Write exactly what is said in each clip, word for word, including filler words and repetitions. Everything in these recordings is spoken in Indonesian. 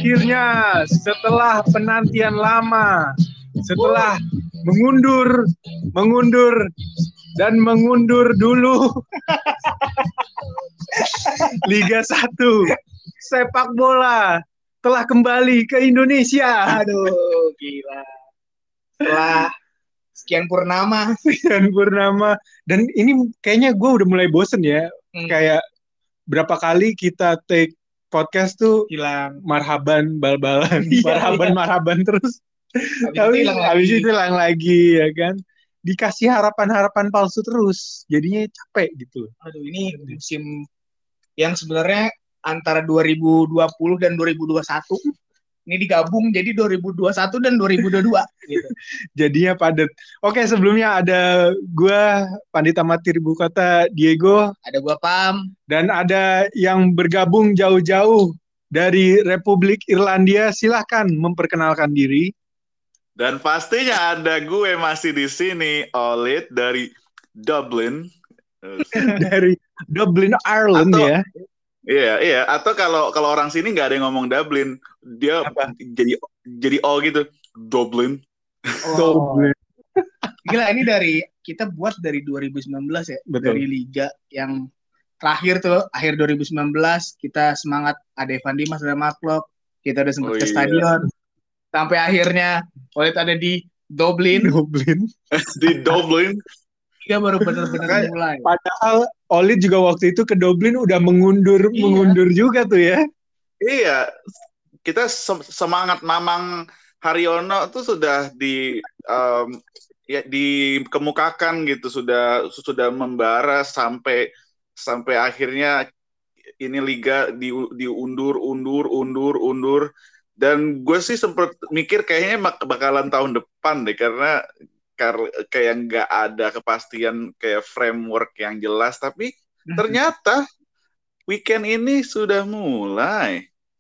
Akhirnya setelah penantian lama, setelah mengundur, mengundur dan mengundur dulu Liga satu sepak bola telah kembali ke Indonesia. Aduh, gila. Setelah sekian purnama. Sekian purnama. Dan ini kayaknya gue udah mulai bosen ya. Hmm. Kayak berapa kali kita take podcast tuh hilang. Marhaban, bal-balan. marhaban, iya. marhaban terus. Habis itu hilang lagi. Habis itu hilang lagi, ya kan. Dikasih harapan-harapan palsu terus. Jadinya capek gitu. Aduh, ini musim yang sebenarnya antara dua ribu dua puluh dan dua ribu dua puluh satu ini digabung jadi dua ribu dua puluh satu dan dua ribu dua puluh dua gitu. Jadinya padat. Oke, sebelumnya ada gua Pandita Mati Ribu Kata Diego, ada gua Pam, dan ada yang bergabung jauh-jauh dari Republik Irlandia. Silahkan memperkenalkan diri. Dan pastinya ada gue masih di sini, Olit dari Dublin. Dari Dublin, Ireland. Atau, ya. Iya, iya. Atau kalau kalau orang sini nggak ada yang ngomong Dublin, dia apa? jadi jadi O gitu, Dublin. Oh. Dublin. Gila, ini dari kita buat dari dua ribu sembilan belas ya. Betul. Dari liga yang terakhir tuh akhir dua ribu sembilan belas kita semangat, ada Evan Dimas, ada Mark Klok, kita udah sempat oh, ke iya. stadion. Sampai akhirnya Olit ada di Dublin. Dublin. Di Dublin. Dia baru benar-benar mulai. Padahal Olit juga waktu itu ke Dublin udah mengundur, iya. mengundur juga tuh ya. Iya, kita semangat Mamang Haryono tuh sudah di um, ya dikemukakan gitu, sudah sudah membara sampai sampai akhirnya ini liga di, diundur, undur, undur, undur. Dan gue sih sempat mikir kayaknya bakalan tahun depan deh, karena kayak nggak ada kepastian kayak framework yang jelas, tapi ternyata weekend ini sudah mulai.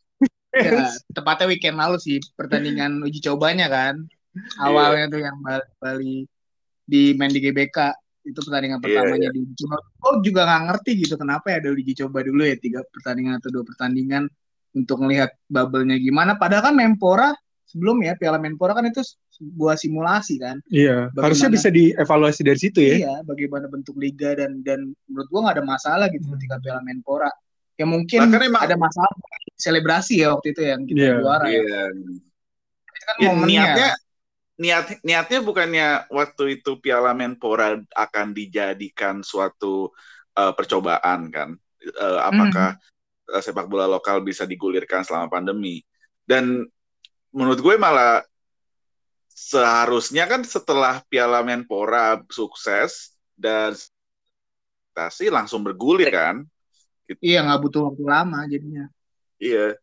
Ya, tepatnya weekend lalu sih pertandingan uji cobanya kan. Awalnya yeah. tuh yang Bali di main di G B K itu pertandingan pertamanya yeah, yeah. di uji coba. Oh juga nggak ngerti gitu kenapa ya ada uji coba dulu ya tiga pertandingan atau dua pertandingan untuk melihat bubble-nya gimana. Padahal kan Menpora sebelum ya Piala Menpora kan itu sebuah simulasi kan. Iya. Bagaimana, harusnya bisa dievaluasi dari situ ya. Iya. Bagaimana bentuk liga dan dan menurut gua nggak ada masalah gitu hmm. ketika Piala Menpora. Ya mungkin emang ada masalah selebrasi ya waktu itu yang kita yeah. juara yeah. ya. Itu kan ya, niatnya niat niatnya bukannya waktu itu Piala Menpora akan dijadikan suatu uh, percobaan kan. Uh, apakah hmm. uh, sepak bola lokal bisa digulirkan selama pandemi. Dan menurut gue malah seharusnya kan setelah Piala Menpora sukses dan sih langsung bergulir kan. Gitu. Iya, nggak butuh waktu lama jadinya. Iya.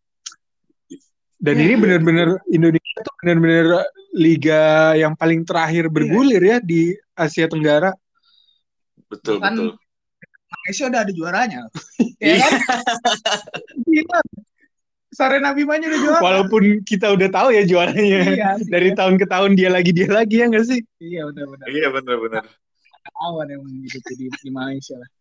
Dan ya, ini benar-benar Indonesia tuh benar-benar liga yang paling terakhir bergulir iya. ya di Asia Tenggara. Betul, kan, betul. Malaysia udah ada juaranya. Ya kan? Kita Sarena Bimanya udah juara. Walaupun kita udah tahu ya juaranya. Iya, dari iya. tahun ke tahun dia lagi dia lagi ya nggak sih? Iya benar-benar. Iya benar-benar. Awan emang gitu di, di Malaysia lah.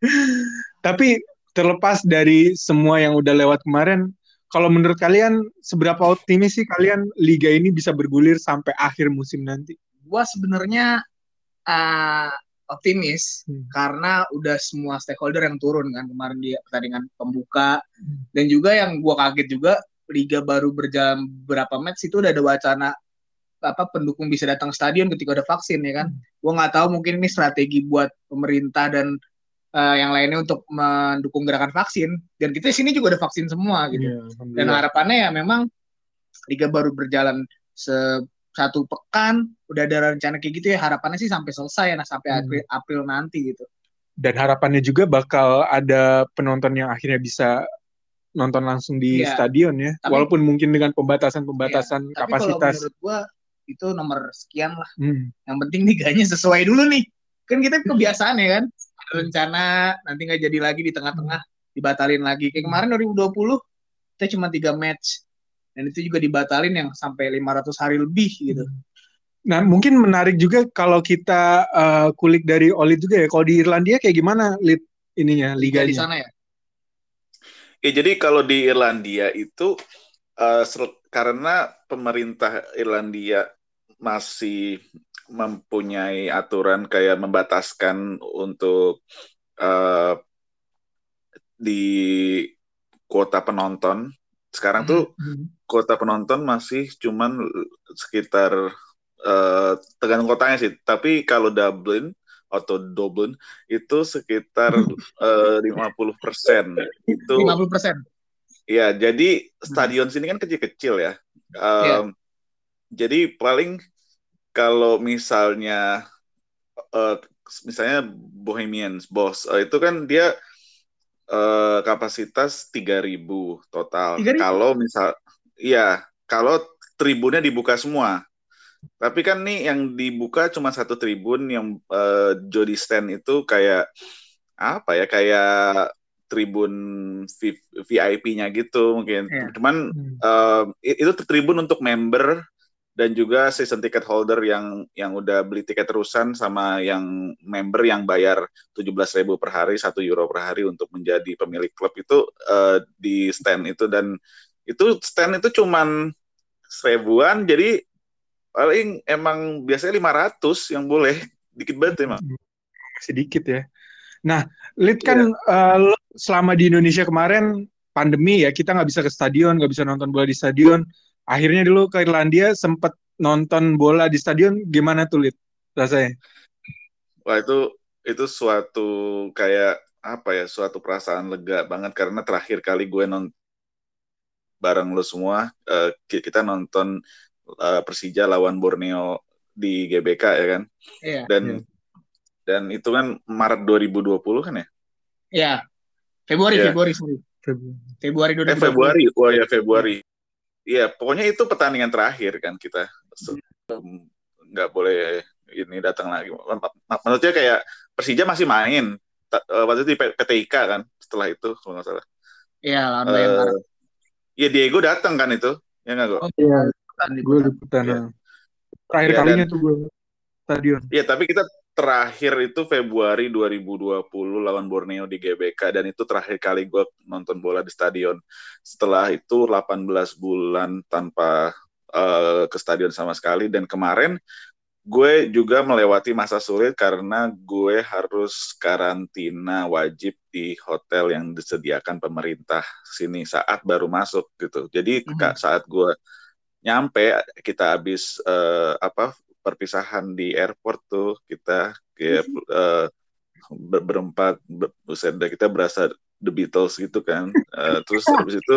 Tapi terlepas dari semua yang udah lewat kemarin, kalau menurut kalian seberapa optimis sih kalian liga ini bisa bergulir sampai akhir musim nanti? Gua sebenarnya uh, optimis hmm. karena udah semua stakeholder yang turun kan kemarin di pertandingan pembuka hmm. dan juga yang gua kaget juga liga baru berjalan berapa match itu udah ada wacana apa pendukung bisa datang stadion ketika ada vaksin ya kan. Hmm. Gua nggak tahu mungkin ini strategi buat pemerintah dan uh, yang lainnya untuk mendukung gerakan vaksin, dan kita di sini juga ada vaksin semua gitu. Yeah, dan harapannya ya memang liga baru berjalan se satu pekan udah ada rencana kayak gitu ya, harapannya sih sampai selesai nah sampai hmm. April, April nanti gitu. Dan harapannya juga bakal ada penonton yang akhirnya bisa nonton langsung di yeah. stadion ya, tapi, walaupun mungkin dengan pembatasan-pembatasan yeah, kapasitas. Tapi kalau menurut gua itu nomor sekian lah. Hmm. Yang penting liganya sesuai dulu nih. Kan kita kebiasaan ya kan. Rencana nanti nggak jadi lagi di tengah-tengah dibatalin lagi. Kayak kemarin dua ribu dua puluh kita cuma tiga match. Dan itu juga dibatalin yang sampai lima ratus hari lebih gitu. Nah, mungkin menarik juga kalau kita uh, kulik dari Olit juga ya. Kalau di Irlandia kayak gimana Lit ininya liganya? Liga di sana ya? Ya, jadi kalau di Irlandia itu uh, karena pemerintah Irlandia masih mempunyai aturan kayak membataskan untuk uh, di kuota penonton. Sekarang tuh Mm-hmm. kuota penonton masih cuman sekitar uh, tergantung kotanya sih. Tapi kalau Dublin atau Dublin itu sekitar uh, lima puluh persen. Itu lima puluh persen. Ya, jadi stadion hmm. sini kan kecil-kecil ya. Um, yeah. Jadi paling kalau misalnya uh, misalnya Bohemians Boss uh, itu kan dia uh, kapasitas tiga ribu total. tiga ribu? Kalau misal iya, kalau tribunnya dibuka semua. Tapi kan nih yang dibuka cuma satu tribun yang uh, Jody Stand itu kayak apa ya? Kayak tribun V I P-nya gitu mungkin. Yeah. Cuman hmm. uh, itu tribun untuk member dan juga season ticket holder yang yang udah beli tiket terusan sama yang member yang bayar tujuh belas ribu per hari, satu euro per hari untuk menjadi pemilik klub itu uh, di stand itu. Dan itu stand itu cuman seribuan, jadi paling emang biasanya lima ratus yang boleh, dikit banget emang. Sedikit ya. Nah, Lid kan yeah. uh, selama di Indonesia kemarin pandemi ya, kita nggak bisa ke stadion, nggak bisa nonton bola di stadion. Akhirnya dulu ke Irlandia sempet nonton bola di stadion, gimana tuh Lid rasanya? Wah itu itu suatu kayak apa ya, suatu perasaan lega banget karena terakhir kali gue nonton bareng lo semua, uh, kita nonton uh, Persija lawan Borneo di G B K ya kan? Iya. Dan iya. Dan itu kan Maret dua ribu dua puluh kan ya? Iya. Februari, ya. Februari, sorry. Februari dua ribu dua puluh. Eh, Februari. Oh ya, Februari. Iya, pokoknya itu pertandingan terakhir kan kita. Nggak boleh ini datang lagi. Maksudnya kayak Persija masih main. Waktu itu di P T I K kan, setelah itu kalau nggak salah. Iya, lawan Bayangkara. Uh, Iya, Diego datang kan itu. Ya nggak, Go? Oh iya, gue liputan. Ya. Terakhir ya, kalinya dan, tuh gue stadion. Iya, tapi kita terakhir itu Februari dua ribu dua puluh lawan Borneo di G B K, dan itu terakhir kali gue nonton bola di stadion. Setelah itu delapan belas bulan tanpa uh, ke stadion sama sekali, dan kemarin gue juga melewati masa sulit karena gue harus karantina wajib di hotel yang disediakan pemerintah sini saat baru masuk gitu. Jadi mm-hmm. saat gue nyampe, kita habis uh, apa perpisahan di airport tuh, kita kayak uh, ber- berempat ber- kita berasa The Beatles gitu kan. Uh, terus habis itu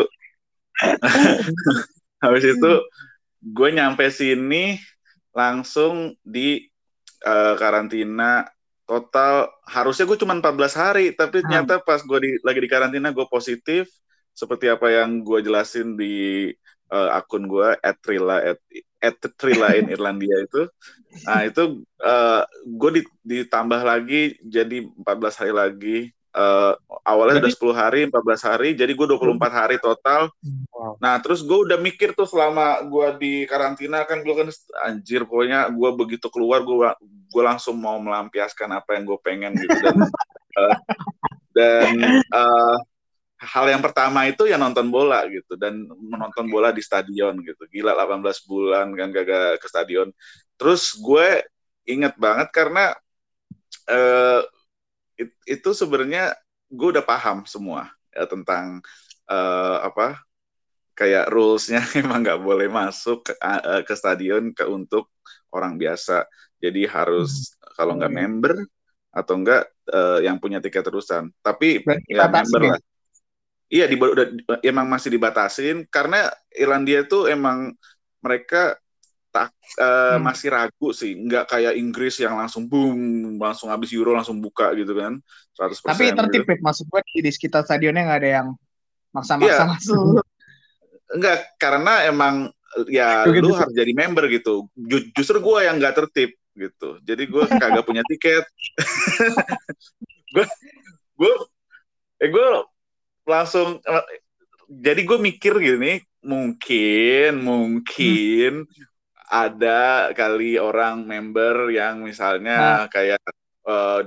habis itu gue nyampe sini langsung di uh, karantina total. Harusnya gue cuma empat belas hari, tapi ternyata pas gue di, lagi di karantina gue positif seperti apa yang gue jelasin di uh, akun gue at Trilla at, at Trilla in Irlandia itu. Nah itu uh, gue ditambah lagi jadi empat belas hari lagi. Uh, awalnya udah sepuluh hari, empat belas hari, jadi gue dua puluh empat hari total. Wow. Nah terus gue udah mikir tuh selama gue di karantina kan, gue kan anjir, pokoknya gue begitu keluar gue gue langsung mau melampiaskan apa yang gue pengen gitu. Dan uh, dan uh, hal yang pertama itu ya nonton bola gitu, dan menonton bola di stadion gitu. Gila, delapan belas bulan kan gak ke stadion. Terus gue inget banget karena uh, it, itu sebenarnya gue udah paham semua ya tentang uh, apa kayak rules-nya emang nggak boleh masuk ke, uh, ke stadion ke untuk orang biasa. Jadi harus hmm. kalau nggak member atau enggak uh, yang punya tiket terusan. Tapi berarti ya member lah. Iya, di, udah, emang masih dibatasin karena Irlandia tuh emang mereka tak uh, hmm. masih ragu sih, nggak kayak Inggris yang langsung boom, langsung habis Euro langsung buka gitu kan, seratus persen. Tapi tertib, gitu. Maksud gue di, di sekitar stadionnya nggak ada yang maksa-maksa ya. Masuk. Enggak, karena emang ya lu gitu. Harus jadi member gitu. Justru gue yang nggak tertib gitu, jadi gue kagak punya tiket. Gue gue eh gue langsung, jadi gue mikir gini, mungkin mungkin hmm. ada kali orang member yang misalnya nah. kayak uh, dia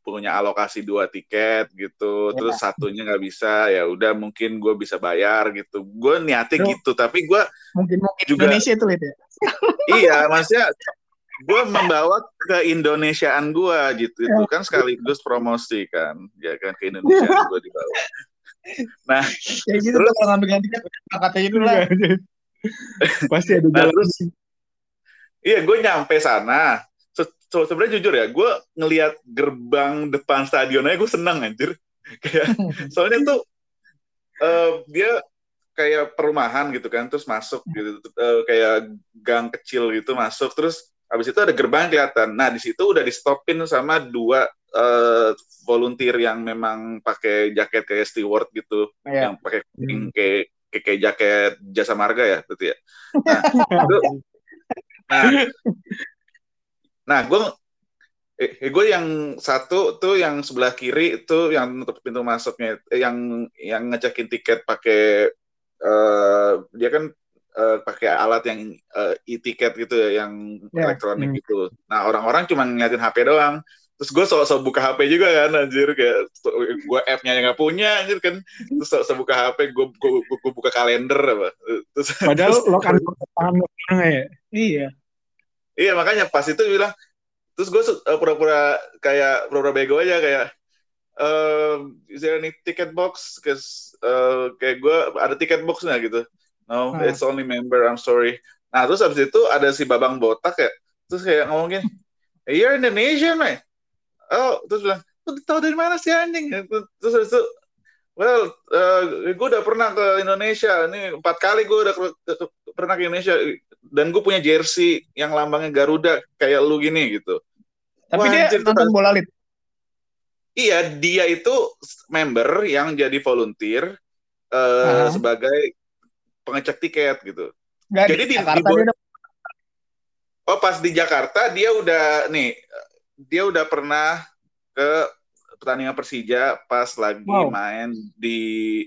punya alokasi dua tiket gitu, Ya. terus satunya nggak bisa, ya udah mungkin gue bisa bayar gitu. Gue niatnya Lu gitu, tapi gue mungkin mungkin juga Indonesia itu Lid ya. iya, maksudnya gue membawa ke Indonesiaan gue gitu, itu kan sekaligus promosi kan, ya kan ke Indonesiaan gue dibawa. Nah, Kayak gitu terus tuh kalau ngambil tiket katanya dulu lah. Pasti ada nah jalan. terus iya, gue nyampe sana. Se- se- Sebenarnya jujur ya, gue ngelihat gerbang depan stadionnya gue seneng anjir. Kayak soalnya tuh eh, dia kayak perumahan gitu kan, terus masuk gitu, eh, kayak gang kecil gitu masuk, terus habis itu ada gerbang kelihatan. Nah di situ udah di stopin sama dua eh, volunteer yang memang pakai jaket kayak steward gitu, Iya. yang pakai Hmm. kayak kayak kayak jaket jasa marga ya, berarti ya. Nah itu, nah, nah gue Eh, gue yang satu tuh yang sebelah kiri itu yang nutup pintu masuknya, eh, yang yang ngecekin tiket pakai eh, dia kan eh, pakai alat yang eh, e-tiket gitu ya, yang Ya. elektronik Hmm. gitu. Nah orang-orang cuma ngeliatin H P doang. Terus gue sok-sok buka H P juga kan, anjir, kayak gue app-nya yang nggak punya, anjir kan. Terus sok-sok buka H P, gue, gue, gue, gue buka kalender apa. Terus, Padahal terus lo kan tangan lo pernah nggak ya? Iya. iya makanya pas itu bilang, terus gue uh, pura-pura kayak pura-pura bego aja kayak um, is there any ticket box? Cause uh, kayak gue ada ticket box nggak gitu? No, Hmm. it's only member. I'm sorry. Nah terus habis itu ada si babang botak ya, terus kayak ngomong gini, hey, you're Indonesian, man. Oh, terus bilang, lu tahu dari mana sih anjing? Terus habis itu, well, uh, gue udah pernah ke Indonesia. Ini empat kali gue udah ke, ke, ke, pernah ke Indonesia. Dan gue punya jersey yang lambangnya Garuda kayak lu gini gitu. Tapi Wah, dia anjir, tuh, nonton bola Lid. iya, dia itu member yang jadi volunteer uh, Aha. sebagai pengecek tiket gitu. Nggak, Jadi di di, di Jakarta Bo- dia udah. oh pas di Jakarta dia udah nih, dia udah pernah ke pertandingan Persija pas lagi Wow. main di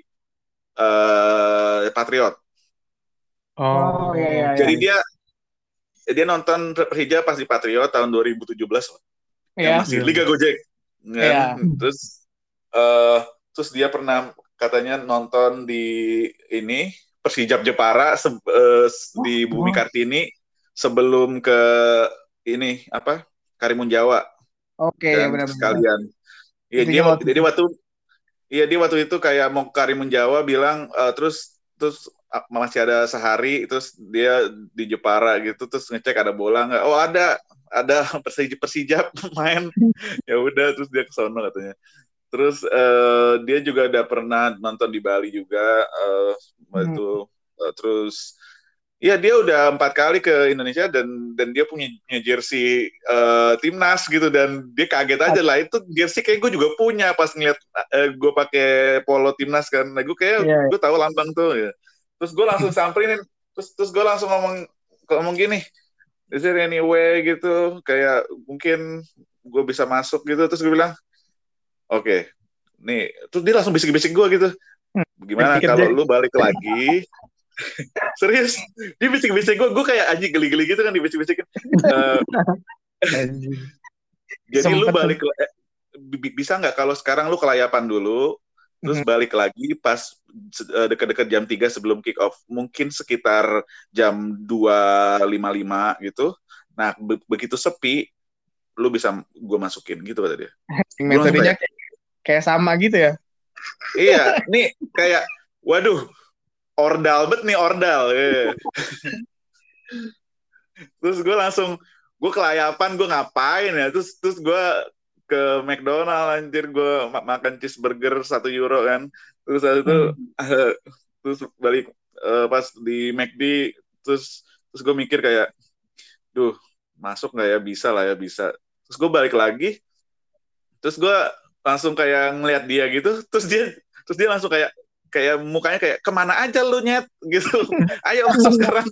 uh, Patriot. Oh iya iya. Jadi iya. dia dia nonton Persija pas di Patriot tahun dua ribu tujuh belas yang Iya. masih Iya. Liga Gojek kan. Iya. Terus uh, terus dia pernah katanya nonton di ini Persijap Jepara se- uh, di Bumi Oh. Kartini sebelum ke ini apa Karimun Jawa Oke ya kan benar-benar. sekalian. Iya Itu dia yang waktu jadi waktu iya dia waktu itu kayak mau ke Karimun Jawa bilang uh, terus terus uh, masih ada sehari terus dia di Jepara gitu terus ngecek ada bola nggak, oh ada ada Persija Persijap main, ya udah terus dia ke sono katanya. Terus uh, dia juga udah pernah nonton di Bali juga uh, Hmm. itu uh, terus ya dia udah empat kali ke Indonesia dan dan dia punya, punya jersey uh, timnas gitu dan dia kaget aja lah itu jersey kayak gue juga punya pas ngeliat uh, gue pakai polo timnas kan, nah, gue kayak Iya. gue tahu lambang tuh ya. Terus gue langsung samperin terus terus gue langsung ngomong ngomong gini, is there any way gitu kayak mungkin gue bisa masuk gitu, terus gue bilang oke okay, nih, terus dia langsung bisik-bisik gue gitu, gimana Tiket kalau Jack. lu balik lagi. Serius, dia bisik-bisik gue, gue kayak anjing geli-geli gitu kan dibisik-bisikin. Uh, jadi lu Sempet balik eh, bisa nggak kalau sekarang lu kelayapan dulu, terus Mhm. balik lagi pas uh, dekat-dekat jam tiga sebelum kick off, mungkin sekitar jam dua lima puluh lima gitu. Nah be- begitu sepi, lu bisa gue masukin gitu kata dia. Gua langsung metodenya kayak, kayak, kayak sama gitu ya. iya, nih kayak, waduh, ordal bet nih ordal. Yeah. Terus gue langsung, gue kelayapan, gue ngapain ya? Terus terus gue ke McDonald anjir, gue ma- makan cheeseburger satu euro kan. Terus habis itu Hmm. uh, terus balik uh, pas di McD, terus terus gue mikir kayak, duh masuk nggak ya, bisa lah ya bisa. Terus gue balik lagi, terus gue langsung kayak ngeliat dia gitu, terus dia terus dia langsung kayak kayak mukanya kayak kemana aja lu nyet gitu, ayo masuk sekarang.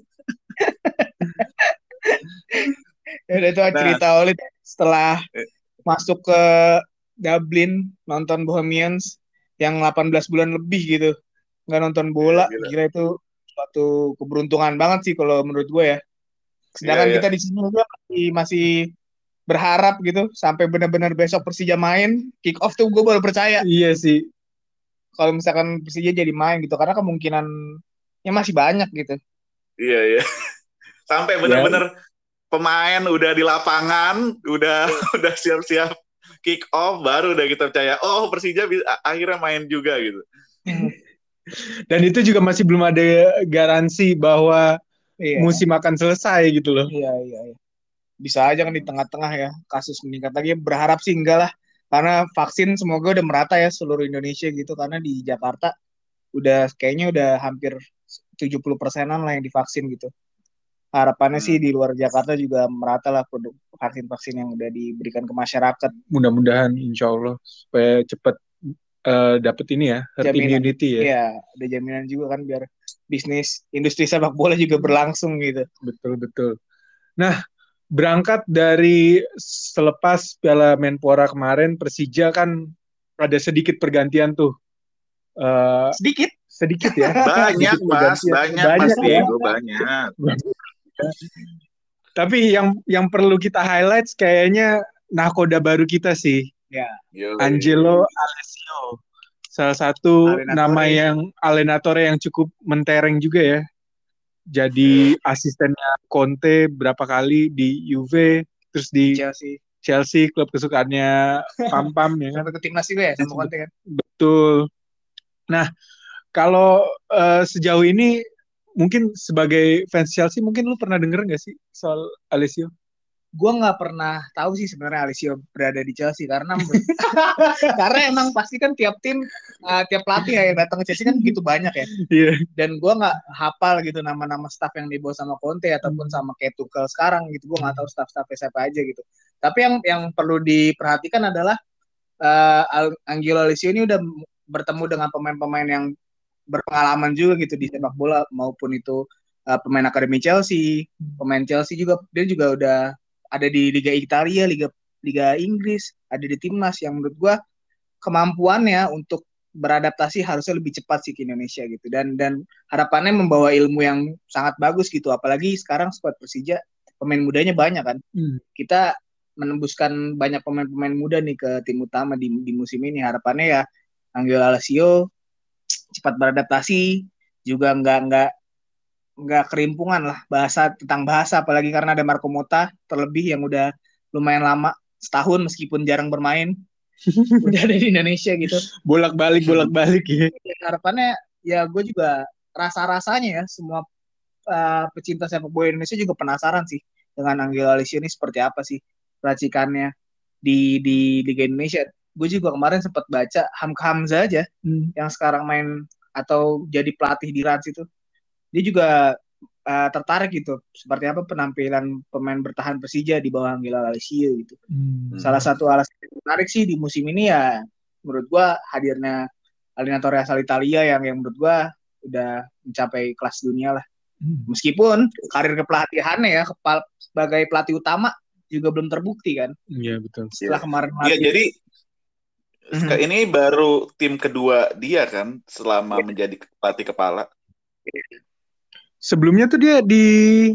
Ya udah itu Nah, cerita Olit setelah masuk ke Dublin nonton Bohemians yang delapan belas bulan lebih gitu nggak nonton bola, iya, gila. gila itu suatu keberuntungan banget sih kalau menurut gue ya. Iya, Sedangkan iya. kita di sini juga masih masih berharap gitu sampai benar-benar besok Persija main kick off tuh gue baru percaya. Iya sih. Kalau misalkan Persija jadi main gitu karena kemungkinannya masih banyak gitu. Iya iya. Sampai benar-benar ya. Pemain udah di lapangan, udah udah siap-siap kick off, baru udah kita percaya oh Persija bisa, akhirnya main juga gitu. Dan itu juga masih belum ada garansi bahwa iya. musim akan selesai gitu loh. Iya iya. iya. Bisa aja kan di tengah-tengah ya kasus meningkat lagi. Berharap sih enggak lah, karena vaksin semoga udah merata ya seluruh Indonesia gitu. Karena di Jakarta udah kayaknya udah hampir tujuh puluh persenan lah yang divaksin gitu. Harapannya hmm. sih di luar Jakarta juga merata lah produk vaksin-vaksin yang udah diberikan ke masyarakat. Mudah-mudahan insya Allah supaya cepat uh, dapet ini ya, herd jaminan, immunity ya. Iya, ada jaminan juga kan biar bisnis industri sepak bola juga berlangsung gitu. Betul-betul. Nah, berangkat dari selepas Piala Menpora kemarin, Persija kan ada sedikit pergantian tuh. Uh, sedikit? Sedikit ya. Banyak, Mas. Banyak, banyak pasti. Ya. Banyak. Tapi yang yang perlu kita highlight kayaknya nakoda baru kita sih. Ya. Angelo Alessio. Salah satu Alenatore. Nama yang Alenatore yang cukup mentereng juga ya. Jadi asistennya Conte berapa kali di Juve, terus di Chelsea, Chelsea klub kesukaannya Pam-Pam ya. Sampai ke timnas juga ya sama Conte kan. Betul. Nah, kalau uh, sejauh ini mungkin sebagai fans Chelsea mungkin lu pernah denger nggak sih soal Alessio? Gue nggak pernah tahu sih sebenarnya Alessio berada di Chelsea karena karena emang pasti kan tiap tim uh, tiap pelatih ya yang datang ke Chelsea kan begitu banyak ya. Yeah. Dan gue nggak hafal gitu nama-nama staff yang dibawa sama Conte ataupun sama kayak Tuchel sekarang gitu. Gue nggak tahu staff-staffnya siapa aja gitu. Tapi yang yang perlu diperhatikan adalah uh, Angelo Alessio ini udah bertemu dengan pemain-pemain yang berpengalaman juga gitu di sepak bola maupun itu uh, pemain akademi Chelsea, pemain Chelsea juga dia juga udah ada di Liga Italia, Liga Liga Inggris, ada di timnas yang menurut gua kemampuannya untuk beradaptasi harusnya lebih cepat sih ke Indonesia gitu dan dan harapannya membawa ilmu yang sangat bagus gitu apalagi sekarang skuad Persija pemain mudanya banyak kan. Hmm. Kita menembuskan banyak pemain-pemain muda nih ke tim utama di di musim ini harapannya ya Angelo Alessio cepat beradaptasi juga nggak nggak nggak kerimpungan lah bahasa tentang bahasa apalagi karena ada Marco Motta terlebih yang udah lumayan lama setahun meskipun jarang bermain udah ada di Indonesia gitu bolak-balik bolak-balik ya harapannya ya gue juga rasa-rasanya ya semua uh, pecinta sepak bola Indonesia juga penasaran sih dengan Angelo Alessio ini seperti apa sih racikannya di di Liga Indonesia. Gue juga kemarin sempat baca Hamka Hamzah aja hmm. yang sekarang main atau jadi pelatih di Rans itu dia juga uh, tertarik gitu seperti apa penampilan pemain bertahan Persija di bawah Angelo Alessio gitu. Hmm. Salah satu alasan yang menarik sih di musim ini ya menurut gue hadirnya Allenatore asal Italia yang yang menurut gue udah mencapai kelas dunia lah. Hmm. Meskipun karir kepelatihannya ya kepal, sebagai pelatih utama juga belum terbukti kan. Iya betul. Setelah ya. kemarin Iya jadi mm-hmm. ini baru tim kedua dia kan selama yeah. menjadi pelatih kepala. Sebelumnya tuh dia di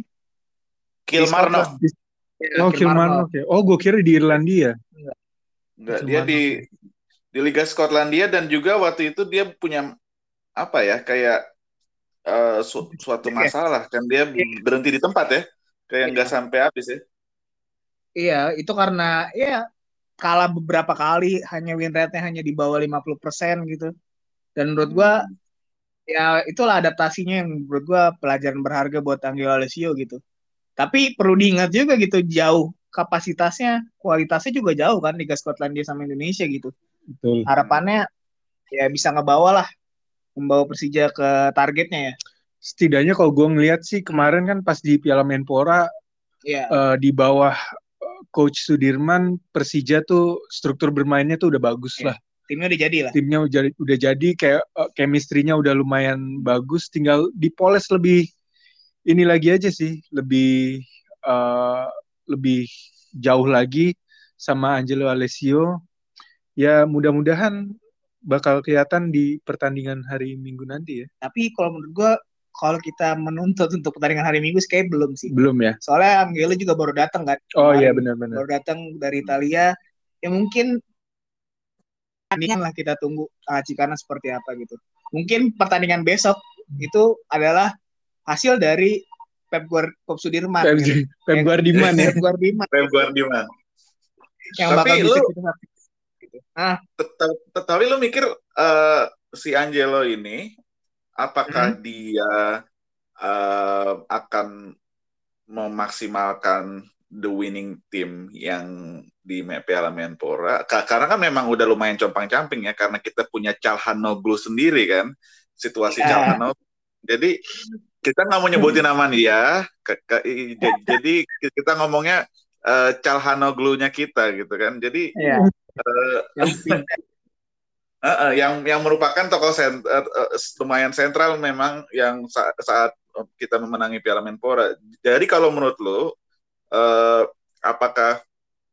Kilmarnock. Di... Oh Kilmarnock ya. Oh gue kira di Irlandia. Enggak. Enggak dia di di Liga Skotlandia dan juga waktu itu dia punya apa ya kayak uh, su- suatu masalah kan dia berhenti di tempat ya kayak nggak yeah. sampai habis ya. Iya itu karena ya kalah beberapa kali hanya win rate-nya hanya di bawah lima puluh persen gitu. Dan menurut gua hmm. ya itulah adaptasinya yang menurut gua pelajaran berharga buat Angelo Alessio gitu. Tapi perlu diingat juga gitu jauh kapasitasnya, kualitasnya juga jauh kan Liga Skotlandia sama Indonesia gitu. Betul. Harapannya ya bisa ngebawa lah membawa Persija ke targetnya ya. Setidaknya kalau gua ngelihat sih kemarin kan pas di Piala Menpora yeah. uh, di bawah Coach Sudirman Persija tuh struktur bermainnya tuh udah bagus yeah. lah. Timnya udah jadi lah. Timnya udah, udah jadi kayak uh, chemistry-nya udah lumayan bagus. Tinggal dipoles lebih ini lagi aja sih, lebih uh, lebih jauh lagi sama Angelo Alessio. Ya mudah-mudahan bakal kelihatan di pertandingan hari Minggu nanti ya. Tapi kalau menurut gue kalau kita menuntut untuk pertandingan hari Minggu kayak belum sih. Belum ya. Soalnya Angelo juga baru datang kan. Oh kemarin. iya benar-benar. Baru datang dari Italia. Ya mungkin ini lah kita tunggu racikannya seperti apa gitu. Mungkin pertandingan besok itu adalah hasil dari Pep Guard Pep Sudirman. Pep, gitu. Pep Guardiman ya. Pep Guardiman. Pep Guardiman. Yang Tapi bakal lu, bisa kita gitu. Ah, tet- tetapi lu mikir uh, si Angelo ini apakah Hmm. dia uh, akan memaksimalkan the winning team yang di Piala Menpora? Ka- Karena kan memang udah lumayan compang-camping ya, karena kita punya Calhanoglu sendiri kan, situasi Ya. Calhanoglu. Jadi kita nggak mau nyebutin nama dia, ke- ke- i- j- jadi kita ngomongnya uh, Calhanoglu-nya kita gitu kan. Jadi Iya. uh, Yang pindah. uh, uh, yang yang merupakan tokoh sent- uh, uh, lumayan sentral memang yang sa- saat kita memenangi Piala Menpora. Jadi kalau menurut lo, uh, apakah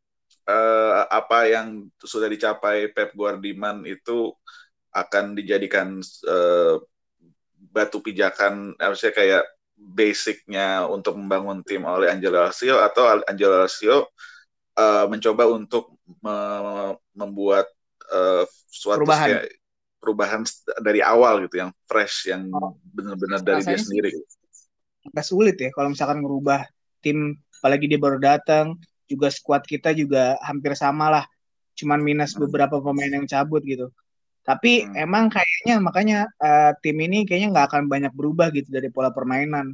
uh, apa yang sudah dicapai Pep Guardiman itu akan dijadikan uh, batu pijakan, harusnya kayak basicnya untuk membangun tim oleh Angelo Alessio, atau Angelo Alessio uh, mencoba untuk me- membuat uh, suatu Perubahan. kayak perubahan dari awal gitu, yang fresh, yang Oh, benar-benar dari dia rasanya sih sendiri. agak sulit ya kalau misalkan ngerubah tim, apalagi dia baru datang, juga squad kita juga hampir sama lah, cuman minus Hmm. beberapa pemain yang cabut gitu. Tapi Hmm. emang kayaknya makanya eh, tim ini kayaknya nggak akan banyak berubah gitu dari pola permainan.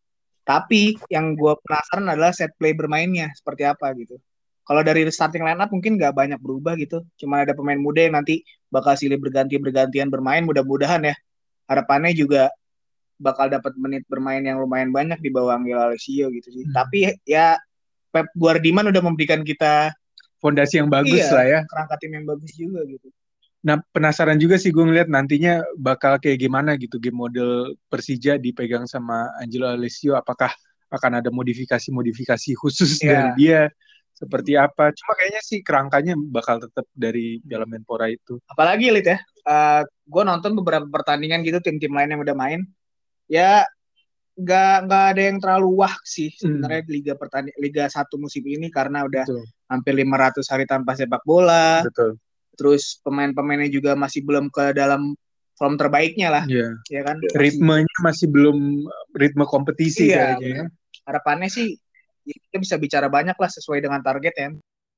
Tapi yang gue penasaran adalah set play bermainnya seperti apa gitu. Kalau dari starting line up mungkin nggak banyak berubah gitu. Cuma ada pemain muda yang nanti bakal silih berganti-bergantian bermain. Mudah-mudahan ya. Harapannya juga bakal dapat menit bermain yang lumayan banyak di bawah Angelo Alessio gitu sih. Hmm. Tapi ya Pep Guardiman udah memberikan kita Fondasi yang bagus iya, lah ya. kerangka tim yang bagus juga gitu. Nah, penasaran juga sih gue ngeliat nantinya bakal kayak gimana gitu game model Persija dipegang sama Angelo Alessio. Apakah akan ada modifikasi-modifikasi khusus Iya. dari dia? Seperti apa? Cuma kayaknya sih kerangkanya bakal tetap dari Piala Menpora itu. Apalagi Lid ya, uh, gue nonton beberapa pertandingan gitu tim-tim lain yang udah main, ya nggak nggak ada yang terlalu wah sih sebenarnya Hmm. liga pertanding Liga satu musim ini, karena udah Betul. hampir lima ratus hari tanpa sepak bola. Betul. Terus pemain-pemainnya juga masih belum ke dalam form terbaiknya lah, Iya. ya kan? Ritmenya masih belum ritme kompetisi Iya, kayaknya. benar. Harapannya sih ya kita bisa bicara banyak lah sesuai dengan target ya.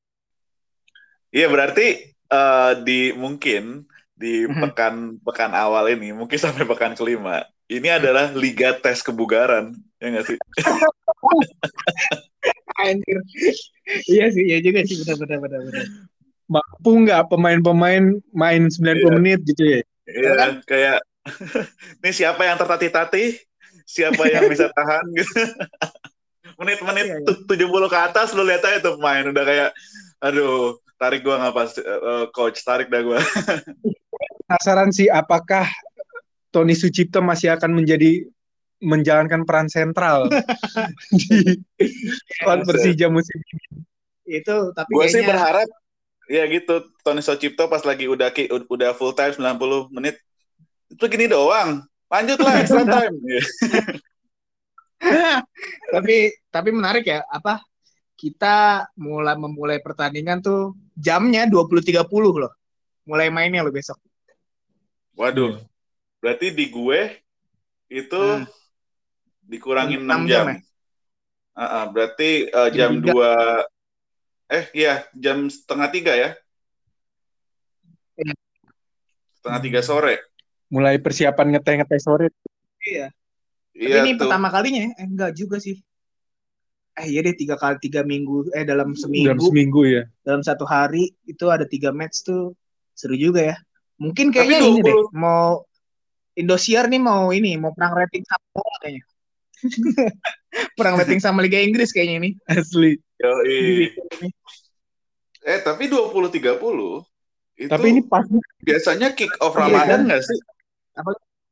Iya, berarti uh, di mungkin di Mhm. pekan pekan awal ini, mungkin sampai pekan kelima, ini adalah liga tes kebugaran, ya nggak sih? Anjir. Iya sih, iya juga sih, benar-benar benar-benar. Mampu nggak pemain-pemain main sembilan puluh Iya. menit gitu ya? Iya, kan? kayak ini siapa yang tertatih-tatih, siapa yang bisa tahan gitu. Menit-menit Iya, iya. tu- tujuh puluh ke atas, lu lihat aja tuh pemain udah kayak, aduh, tarik gua nggak pas, uh, coach tarik dah gua. Penasaran sih apakah Tony Sucipto masih akan menjadi menjalankan peran sentral di squad Persija musim ini. Itu tapi Gue sih kayaknya berharap ya gitu, Tony Sucipto pas lagi udah ki- udah full time sembilan puluh menit itu gini doang, lanjutlah extra time. tapi tapi menarik ya, apa kita mulai memulai pertandingan tuh jamnya dua puluh tiga puluh loh. Mulai mainnya lo besok. Waduh, Iya. berarti di gue itu Hmm. dikurangin enam enam jam jam. ya? Uh, uh, berarti uh, Jam jam tiga. dua, eh iya jam setengah tiga ya, Iya. setengah tiga sore. Mulai persiapan ngeteh-ngeteh sore. Iya. Tapi Iya ini tuh. pertama kalinya ya? Eh, enggak juga sih. Eh iya deh, tiga kali tiga minggu eh dalam Dalam seminggu seminggu ya. dalam satu hari itu ada tiga match tuh, seru juga ya. Mungkin Tapi kayaknya ini deh, dua puluh mau Indosiar nih mau ini mau perang rating sama bola kayaknya. Perang rating sama Liga Inggris kayaknya ini. Asli. Yoi. Eh tapi dua puluh tiga puluh itu Tapi ini pas biasanya kick off Iya, Ramadan kan? nggak sih? Apa?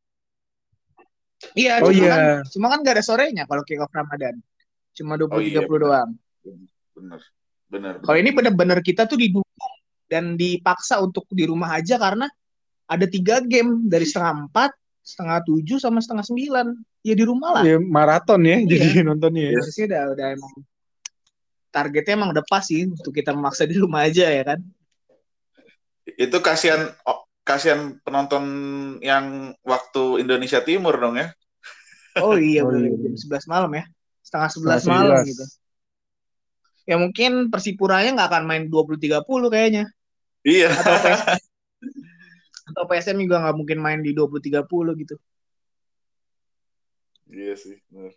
Iya, Oh cuma iya. kan cuma kan nggak ada sorenya kalau kick off Ramadan. Cuma dua Oh puluh tiga iya puluh benar, doang. benar, benar. Kalau benar. ini benar-benar kita tuh didukung dan dipaksa untuk di rumah aja karena ada tiga game dari setengah empat, setengah tujuh, sama setengah sembilan. ya di rumah lah. Ya, maraton ya, Iya. jadi nontonnya. Ya. Harusnya udah udah emang targetnya emang udah pas sih untuk kita memaksa di rumah aja ya kan. Itu kasihan oh, kasihan penonton yang waktu Indonesia Timur dong ya. Oh iya, Oh, boleh iya. jam sebelas malam ya. Setengah Setengah sebelas malam sebelas. gitu. Ya mungkin Persipuranya nggak akan main dua puluh tiga puluh kayaknya. Iya. Atau P S atau P S M juga nggak mungkin main di dua puluh tiga puluh gitu. Iya sih, benar.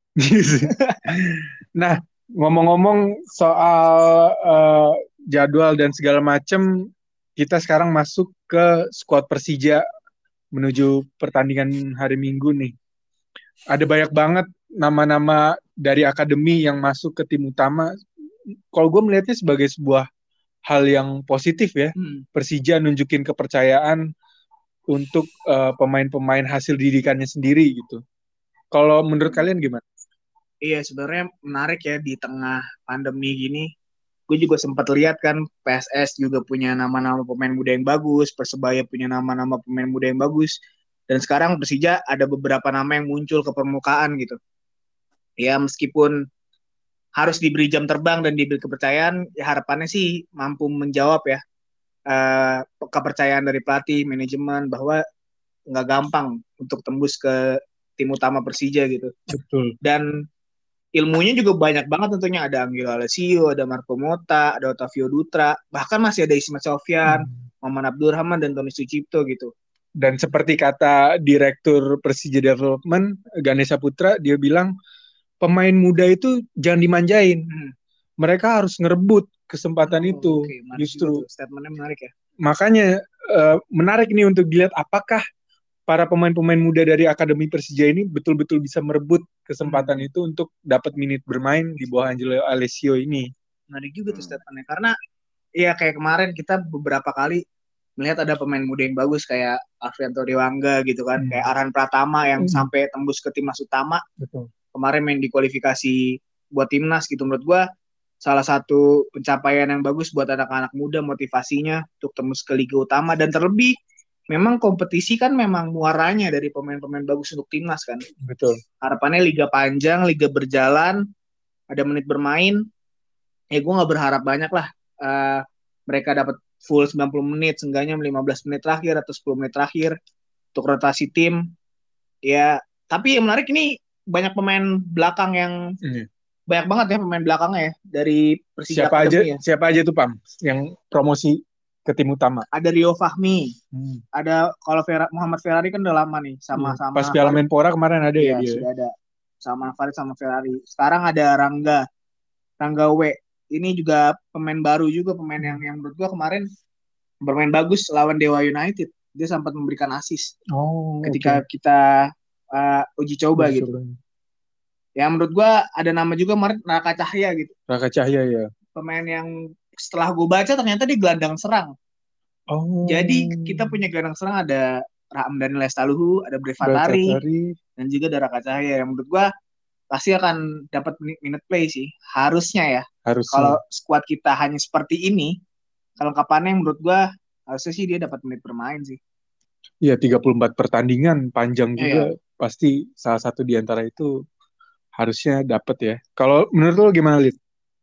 Nah, ngomong-ngomong soal uh, jadwal dan segala macam, kita sekarang masuk ke skuad Persija menuju pertandingan hari Minggu nih. Ada banyak banget nama-nama dari akademi yang masuk ke tim utama. Kalau gue melihatnya sebagai sebuah hal yang positif ya. Hmm. Persija nunjukin kepercayaan untuk uh, pemain-pemain hasil didikannya sendiri gitu. Kalau menurut kalian gimana? Iya, sebenarnya menarik ya di tengah pandemi gini. Gue juga sempat lihat kan P S S juga punya nama-nama pemain muda yang bagus, Persebaya punya nama-nama pemain muda yang bagus. Dan sekarang Persija ada beberapa nama yang muncul ke permukaan gitu. Ya meskipun harus diberi jam terbang dan diberi kepercayaan, ya harapannya sih mampu menjawab ya uh, kepercayaan dari pelatih, manajemen bahwa nggak gampang untuk tembus ke tim utama Persija gitu. Betul. Dan ilmunya juga banyak banget tentunya. Ada Angelo Alessio, ada Marco Motta, ada Otavio Dutra, bahkan masih ada Ismet Sofyan, hmm. Muhammad Abdurrahman, dan Tony Sucipto gitu. Dan seperti kata Direktur Persija Development, Ganesha Putra, dia bilang, pemain muda itu jangan dimanjain. Hmm. Mereka harus ngerebut kesempatan oh, itu. Okay. Justru. Statementnya menarik ya. Makanya uh, menarik nih untuk dilihat apakah para pemain-pemain muda dari Akademi Persija ini betul-betul bisa merebut kesempatan hmm. itu untuk dapat menit bermain di bawah Angelo Alessio ini. Menarik juga tuh statementnya. Karena ya kayak kemarin kita beberapa kali melihat ada pemain muda yang bagus kayak Afrianto Dewangga gitu kan. Hmm. Kayak Arhan Pratama yang hmm. sampai tembus ke timnas utama. Betul. Kemarin main di kualifikasi buat timnas gitu. Menurut gue salah satu pencapaian yang bagus buat anak-anak muda, motivasinya untuk tembus ke Liga Utama. Dan terlebih memang kompetisi kan memang muaranya dari pemain-pemain bagus untuk timnas kan. Betul. Harapannya liga panjang, liga berjalan, ada menit bermain. Ya gue nggak berharap banyak lah. Uh, mereka dapat full sembilan puluh menit, seenggaknya lima belas menit terakhir atau sepuluh menit terakhir untuk rotasi tim. Ya, tapi yang menarik ini banyak pemain belakang yang hmm. banyak banget ya pemain belakangnya ya dari Persija siapa aja, ya. Siapa aja tuh Pam yang promosi ke tim utama? Ada Rio Fahmi, hmm. ada kalau Fer- Muhammad Ferrari kan udah lama nih sama-sama. Pas Piala Menpora kemarin ada iya, ya dia. Sudah ada sama Farid sama Ferrari. Sekarang ada Rangga, Rangga W. Ini juga pemain baru juga, pemain yang yang menurut gua kemarin bermain bagus lawan Dewa United. Dia sempat memberikan assist oh, ketika okay. kita uh, uji coba uji gitu. Coba. Ya menurut gua ada nama juga kemarin Raka Cahya gitu. Raka Cahya ya. Pemain yang setelah gue baca ternyata di gelandang serang. Oh. Jadi kita punya gelandang serang ada Ramdhani Lestaluhu, ada Brevatari, dan juga ada Raka Cahya yang menurut gue pasti akan dapat minute play sih. Harusnya ya. Harusnya. Kalau skuad kita hanya seperti ini, kelengkapannya menurut gue harusnya sih dia dapat menit bermain sih. Iya, tiga puluh empat pertandingan panjang juga. Iya. Pasti salah satu di antara itu harusnya dapat ya. Kalau menurut lo gimana, Lid?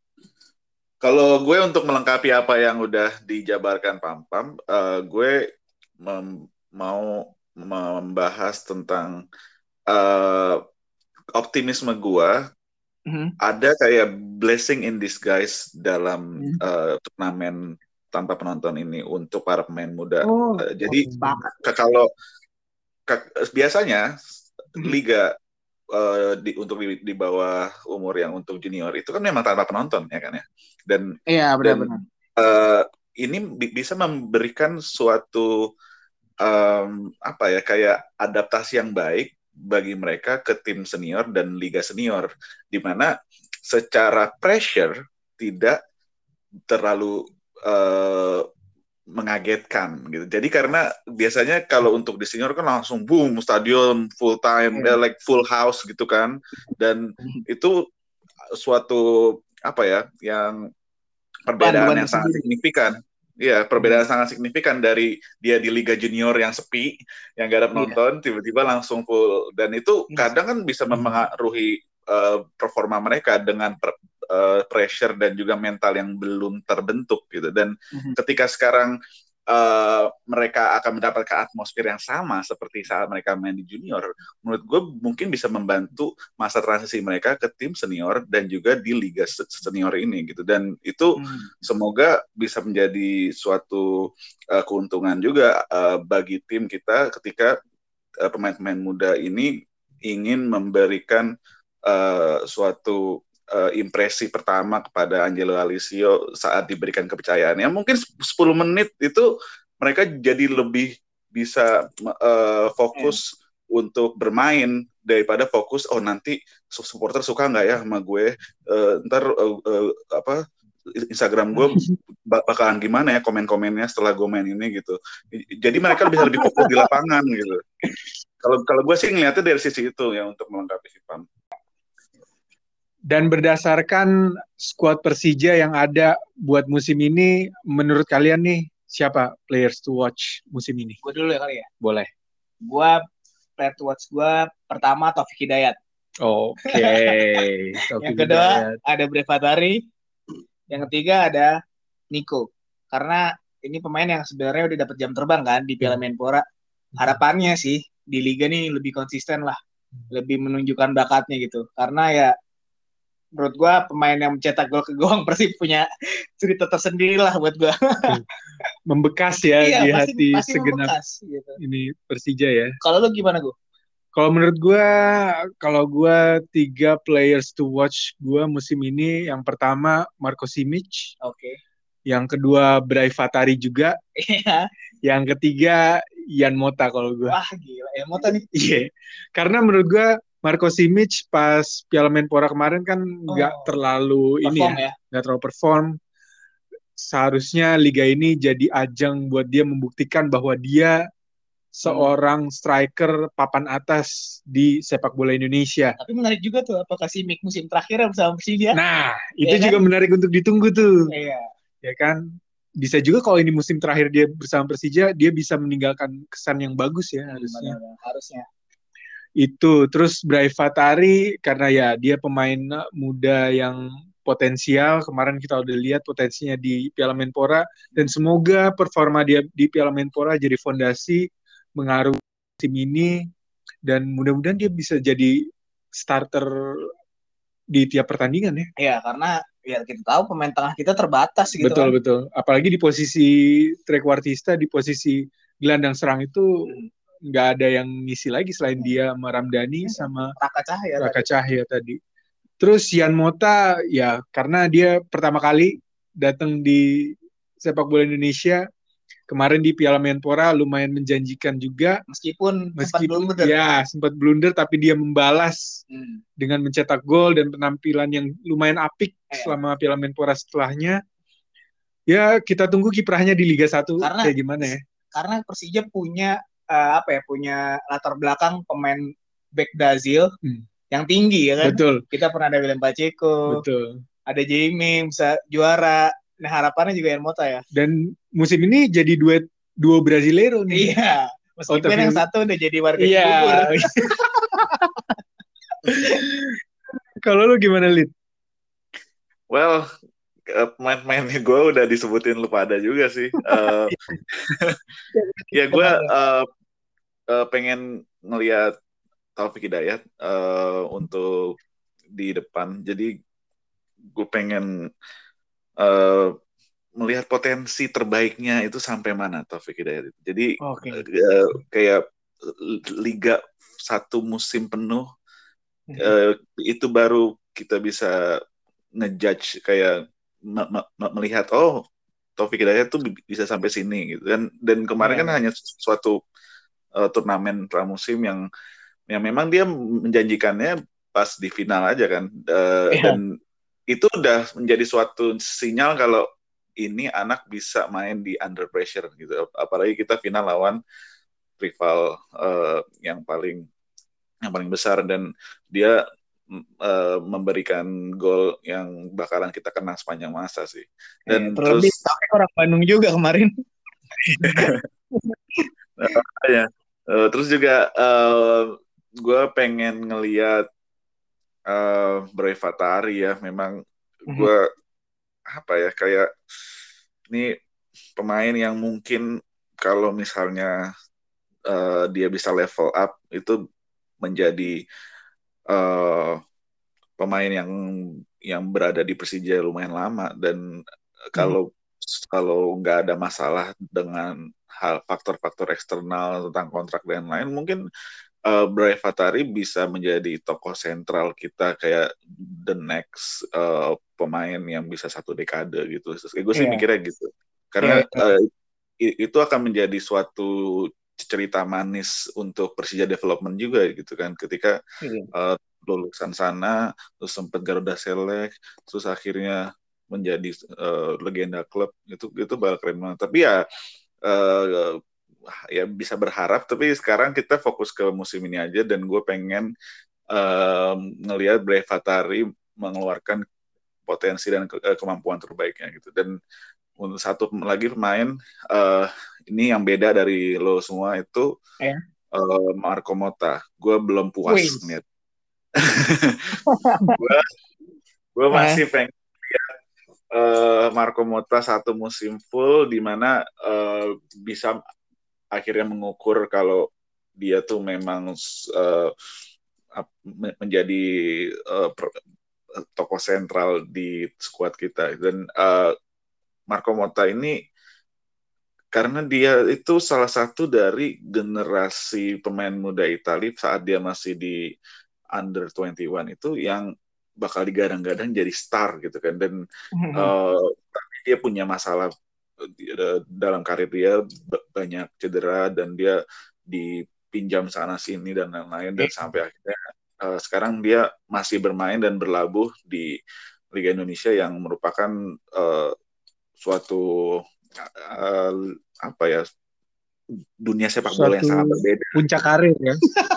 Kalau gue untuk melengkapi apa yang udah dijabarkan Pam-Pam, uh, gue mem- mau membahas tentang uh, optimisme gue. Mm-hmm. Ada kayak blessing in disguise dalam mm-hmm. uh, turnamen tanpa penonton ini untuk para pemain muda. Oh, uh, jadi ke, kalau ke, biasanya mm-hmm. liga Uh, di, untuk di, di bawah umur yang untuk junior itu kan memang tanpa penonton ya kan ya dan iya benar-benar uh, ini bi- bisa memberikan suatu um, apa ya kayak adaptasi yang baik bagi mereka ke tim senior dan liga senior di mana secara pressure tidak terlalu uh, mengagetkan gitu. Jadi karena biasanya kalau untuk di senior kan langsung boom stadion full time yeah. eh, like full house gitu kan dan itu suatu apa ya yang perbedaan yang sangat signifikan ya perbedaan hmm. sangat signifikan dari dia di Liga Junior yang sepi, yang gak ada penonton, yeah. tiba-tiba langsung full. Dan itu yes. kadang kan bisa mempengaruhi uh, performa mereka dengan per, uh, pressure dan juga mental yang belum terbentuk gitu. Dan mm-hmm. ketika sekarang Uh, mereka akan mendapatkan atmosfer yang sama seperti saat mereka main di junior, menurut gue mungkin bisa membantu masa transisi mereka ke tim senior dan juga di liga senior ini gitu. Dan itu hmm. semoga bisa menjadi suatu uh, keuntungan juga uh, bagi tim kita ketika uh, pemain-pemain muda ini ingin memberikan uh, suatu Uh, impresi pertama kepada Angelo Alicio saat diberikan kepercayaan. Ya mungkin sepuluh menit itu mereka jadi lebih bisa uh, fokus hmm. untuk bermain daripada fokus oh nanti supporter suka nggak ya sama gue, uh, ntar uh, uh, apa Instagram gue bakalan gimana ya komen-komennya setelah gue main ini gitu. Jadi mereka bisa lebih fokus di lapangan gitu. Kalau kalau gue sih ngeliatnya dari sisi itu ya untuk melengkapi si Pam. Dan berdasarkan skuad Persija yang ada buat musim ini, menurut kalian nih, siapa players to watch musim ini? Gue dulu ya kali ya? Boleh. Gue, player to watch gue, pertama Taufik Hidayat. Oke. Okay. Yang kedua, Hidayat. Ada Brevatari. Yang ketiga ada Nico. Karena ini pemain yang sebenarnya udah dapat jam terbang kan di Piala Menpora. Harapannya sih, di Liga nih lebih konsisten lah. Lebih menunjukkan bakatnya gitu. Karena ya, menurut gue pemain yang mencetak gol ke gawang Persib punya cerita tersendiri lah buat gue. Membekas ya iya, di pasti, hati pasti segenap membekas, gitu. Ini Persija ya. Kalau lu gimana gue? Kalau menurut gue, kalau gue tiga players to watch gue musim ini, yang pertama Marko Simic. Oke. Okay. Yang kedua Brevatari juga. Iya. Yang ketiga Yan Mota kalau gue. Wah gila, Yan Mota nih. Iya. Yeah. Karena menurut gue Marko Simic pas Piala Menpora kemarin kan nggak oh, terlalu ini ya, nggak ya. terlalu perform. Seharusnya liga ini jadi ajang buat dia membuktikan bahwa dia seorang hmm. striker papan atas di sepak bola Indonesia. Tapi menarik juga tuh, apakah Simic musim terakhir bersama Persija? Nah, itu ya juga kan? Menarik untuk ditunggu tuh. Iya. Ya kan? Bisa juga kalau ini musim terakhir dia bersama Persija, dia bisa meninggalkan kesan yang bagus ya, hmm, harusnya. Benar, harusnya. Itu terus Brevatari karena ya dia pemain muda yang potensial, kemarin kita udah lihat potensinya di Piala Menpora, dan semoga performa dia di Piala Menpora jadi fondasi mengaruhi tim ini, dan mudah-mudahan dia bisa jadi starter di tiap pertandingan ya. Iya, karena ya kita tahu pemain tengah kita terbatas gitu. Betul kan? betul, apalagi di posisi trequartista, di posisi gelandang serang itu hmm. nggak ada yang ngisi lagi selain dia sama Ramdhani sama Raka Cahya Raka Cahya tadi. Terus Yan Mota ya karena dia pertama kali datang di sepak bola Indonesia kemarin di Piala Menpora lumayan menjanjikan juga meskipun, meskipun sempat blunder. Ya sempat blunder tapi dia membalas hmm. dengan mencetak gol dan penampilan yang lumayan apik eh. selama Piala Menpora setelahnya. Ya kita tunggu kiprahnya di Liga satu karena, kayak gimana ya. Karena Persija punya Uh, apa ya punya latar belakang pemain back Brazil hmm. yang tinggi ya kan. Betul. Kita pernah ada William Pacheco. Betul. Ada Jaime bisa juara. Nah harapannya juga Yan Mota ya. Dan musim ini jadi duet duo Brasileiro nih. Iya. Meskipun oh, yang satu udah jadi warga iya. Cibubur. Kalau lu gimana, Lid? Well, pemain-pemainnya gue udah disebutin lu pada juga sih. Uh, ya gue uh, uh, pengen ngelihat Taufik Hidayat uh, untuk di depan. Jadi gue pengen uh, melihat potensi terbaiknya itu sampai mana Taufik Hidayat itu. Jadi okay. uh, kayak Liga satu musim penuh uh, itu baru kita bisa ngejudge kayak melihat oh Taufik Hidayat tuh bisa sampai sini gitu kan, dan kemarin yeah. kan hanya suatu uh, turnamen pramusim yang yang memang dia menjanjikannya pas di final aja kan, uh, yeah. dan itu udah menjadi suatu sinyal kalau ini anak bisa main di under pressure gitu, apalagi kita final lawan rival uh, yang paling yang paling besar, dan dia uh, memberikan gol yang bakalan kita kenang sepanjang masa sih. Dan eh, terlebih terus orang Bandung juga kemarin. ya, uh, terus juga uh, gue pengen ngelihat uh, Braivatari ya. Memang gue apa ya kayak ini pemain yang mungkin kalau misalnya uh, dia bisa level up itu menjadi uh, pemain yang yang berada di Persija lumayan lama, dan kalau hmm. kalau nggak ada masalah dengan hal faktor-faktor eksternal tentang kontrak dan lain, mungkin uh, Braivatari bisa menjadi tokoh sentral kita kayak the next uh, pemain yang bisa satu dekade gitu. Gue sih yeah. mikirnya gitu, karena yeah, yeah. Uh, itu akan menjadi suatu cerita manis untuk Persija Development juga gitu kan, ketika yeah. uh, lulusan sana, terus sempat Garuda Select, terus akhirnya menjadi uh, legenda klub, itu itu bakal keren banget. Tapi ya uh, ya bisa berharap, tapi sekarang kita fokus ke musim ini aja, dan gue pengen uh, ngelihat Braivatari mengeluarkan potensi dan ke- kemampuan terbaiknya gitu. Dan untuk satu lagi pemain uh, ini yang beda dari lo semua itu eh. uh, Marco Motta. Gue belum puas ngeliat. gue gue masih pengen lihat uh, Marco Motta satu musim full, di mana uh, bisa akhirnya mengukur kalau dia tuh memang uh, menjadi uh, tokoh sentral di skuad kita. Dan uh, Marco Motta ini karena dia itu salah satu dari generasi pemain muda Italia saat dia masih di under dua puluh satu itu yang bakal digadang-gadang jadi star gitu kan. Dan mm-hmm. uh, tapi dia punya masalah uh, dalam karir dia, banyak cedera dan dia dipinjam sana sini dan lain-lain, dan sampai akhirnya uh, sekarang dia masih bermain dan berlabuh di Liga Indonesia yang merupakan uh, suatu uh, apa ya dunia sepak bola yang sangat berbeda. Puncak karir ya.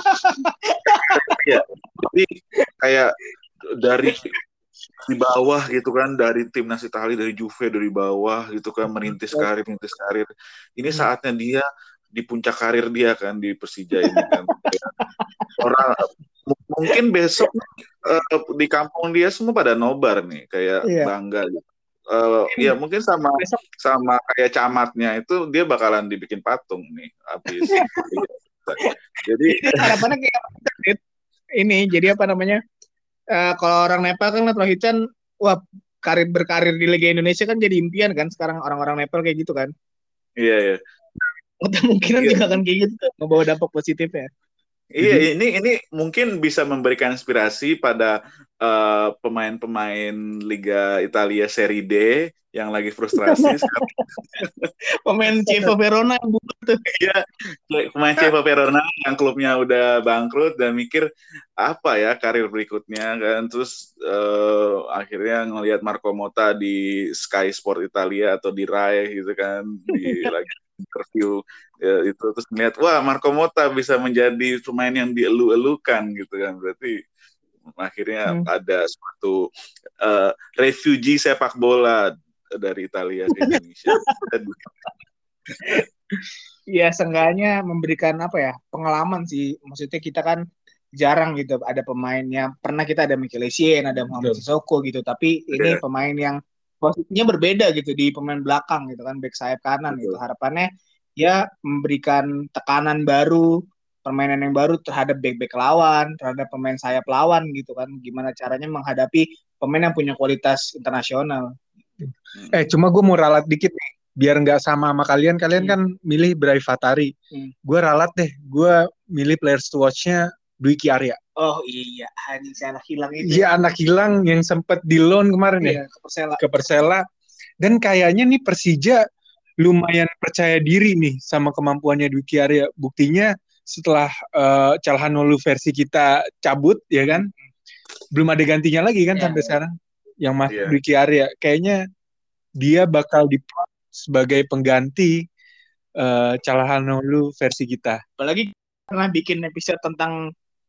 Ya, tapi kayak dari di bawah gitu kan, dari timnas Italia, dari Juve dari bawah gitu kan, merintis karir, merintis karir. Ini saatnya dia di puncak karir dia kan di Persija ini kan. Orang mungkin besok uh, di kampung dia semua pada nobar nih, kayak yeah. bangga gitu. Uh, ya mungkin sama sama kayak camatnya itu, dia bakalan dibikin patung nih habis. Jadi harapannya kayak ini, jadi apa namanya? Uh, kalau orang Nepal kan lihat Rohitchan, wah karir berkarir di Liga Indonesia kan jadi impian kan sekarang orang-orang Nepal kayak gitu kan. Iya iya. Kemungkinan iya. juga akan kayak gitu, membawa dampak positif ya. Iya, jadi, ini ini mungkin bisa memberikan inspirasi pada uh, pemain-pemain Liga Italia Serie D yang lagi frustrasi. Pemain Chievo Verona yang tuh. Iya, pemain Chievo Verona yang klubnya udah bangkrut dan mikir apa ya karir berikutnya kan. Terus uh, akhirnya ngelihat Marco Motta di Sky Sport Italia atau di Rai gitu kan, di lagi interview ya, itu terus melihat wah Marco Motta bisa menjadi pemain yang dielu-elukan gitu kan, berarti akhirnya hmm. ada suatu uh, refugee sepak bola dari Italia ke Indonesia. Ya seenggaknya memberikan apa ya pengalaman sih, maksudnya kita kan jarang gitu ada pemainnya, pernah kita ada Mikel Essien, ada Muhammad Sissoko gitu, tapi ini yeah. pemain yang posisinya berbeda gitu di pemain belakang gitu kan, back sayap kanan. Betul. Gitu. Harapannya ya memberikan tekanan baru, permainan yang baru terhadap back-back lawan, terhadap pemain sayap lawan gitu kan. Gimana caranya menghadapi pemain yang punya kualitas internasional. Eh cuma gue mau ralat dikit nih, biar nggak sama sama kalian. Kalian hmm. kan milih Braivatari. Hmm. Gue ralat deh, gue milih players to watch-nya Dwiki Arya. Oh iya, ini si anak hilang itu. Iya, anak hilang yang sempat di loan kemarin iya, ya ke Persela. Ke Persela. Dan kayaknya nih Persija lumayan percaya diri nih sama kemampuannya Dwiki Arya. Buktinya setelah uh, Calhanoglu versi kita cabut ya kan, hmm. belum ada gantinya lagi kan yeah, sampai yeah. sekarang yang masuk yeah. Dwiki Arya. Kayaknya dia bakal diplot sebagai pengganti uh, Calhanoglu versi kita. Apalagi pernah bikin episode tentang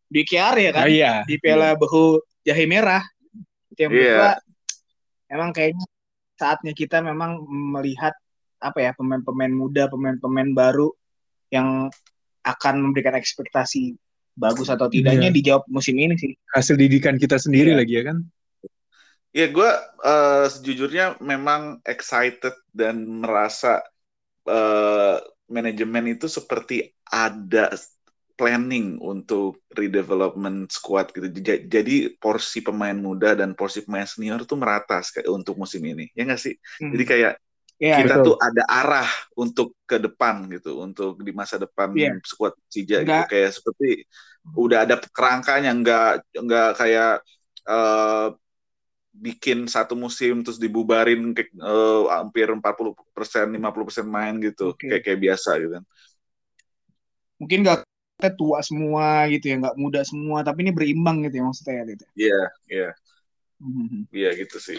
di K R ya kan, Ah, iya. di Piala Behu Jahe Merah. Itu yang menurut Iya. gua emang kayaknya saatnya kita memang melihat apa ya pemain-pemain muda, pemain-pemain baru yang akan memberikan ekspektasi bagus atau tidaknya Iya. dijawab musim ini sih. Hasil didikan kita sendiri Iya. lagi ya kan. Ya gue uh, sejujurnya memang excited dan merasa uh, manajemen itu seperti ada planning untuk redevelopment squad gitu. J- Jadi porsi pemain muda dan porsi pemain senior tuh merata sekali untuk musim ini. Ya nggak sih? Hmm. Jadi kayak Iya, kita betul. tuh ada arah untuk ke depan gitu, untuk di masa depan Iya. squad Persija gitu. Nggak- Kayak seperti udah ada kerangkanya, nggak nggak kayak uh, bikin satu musim terus dibubarin ke uh, hampir empat puluh persen, lima puluh persen main gitu. Oke. Kayak kayak biasa gitu kan. Mungkin nggak kita tua semua gitu ya, nggak muda semua, tapi ini berimbang gitu ya maksudnya ya gitu. Iya, iya. Hmm. Iya gitu sih.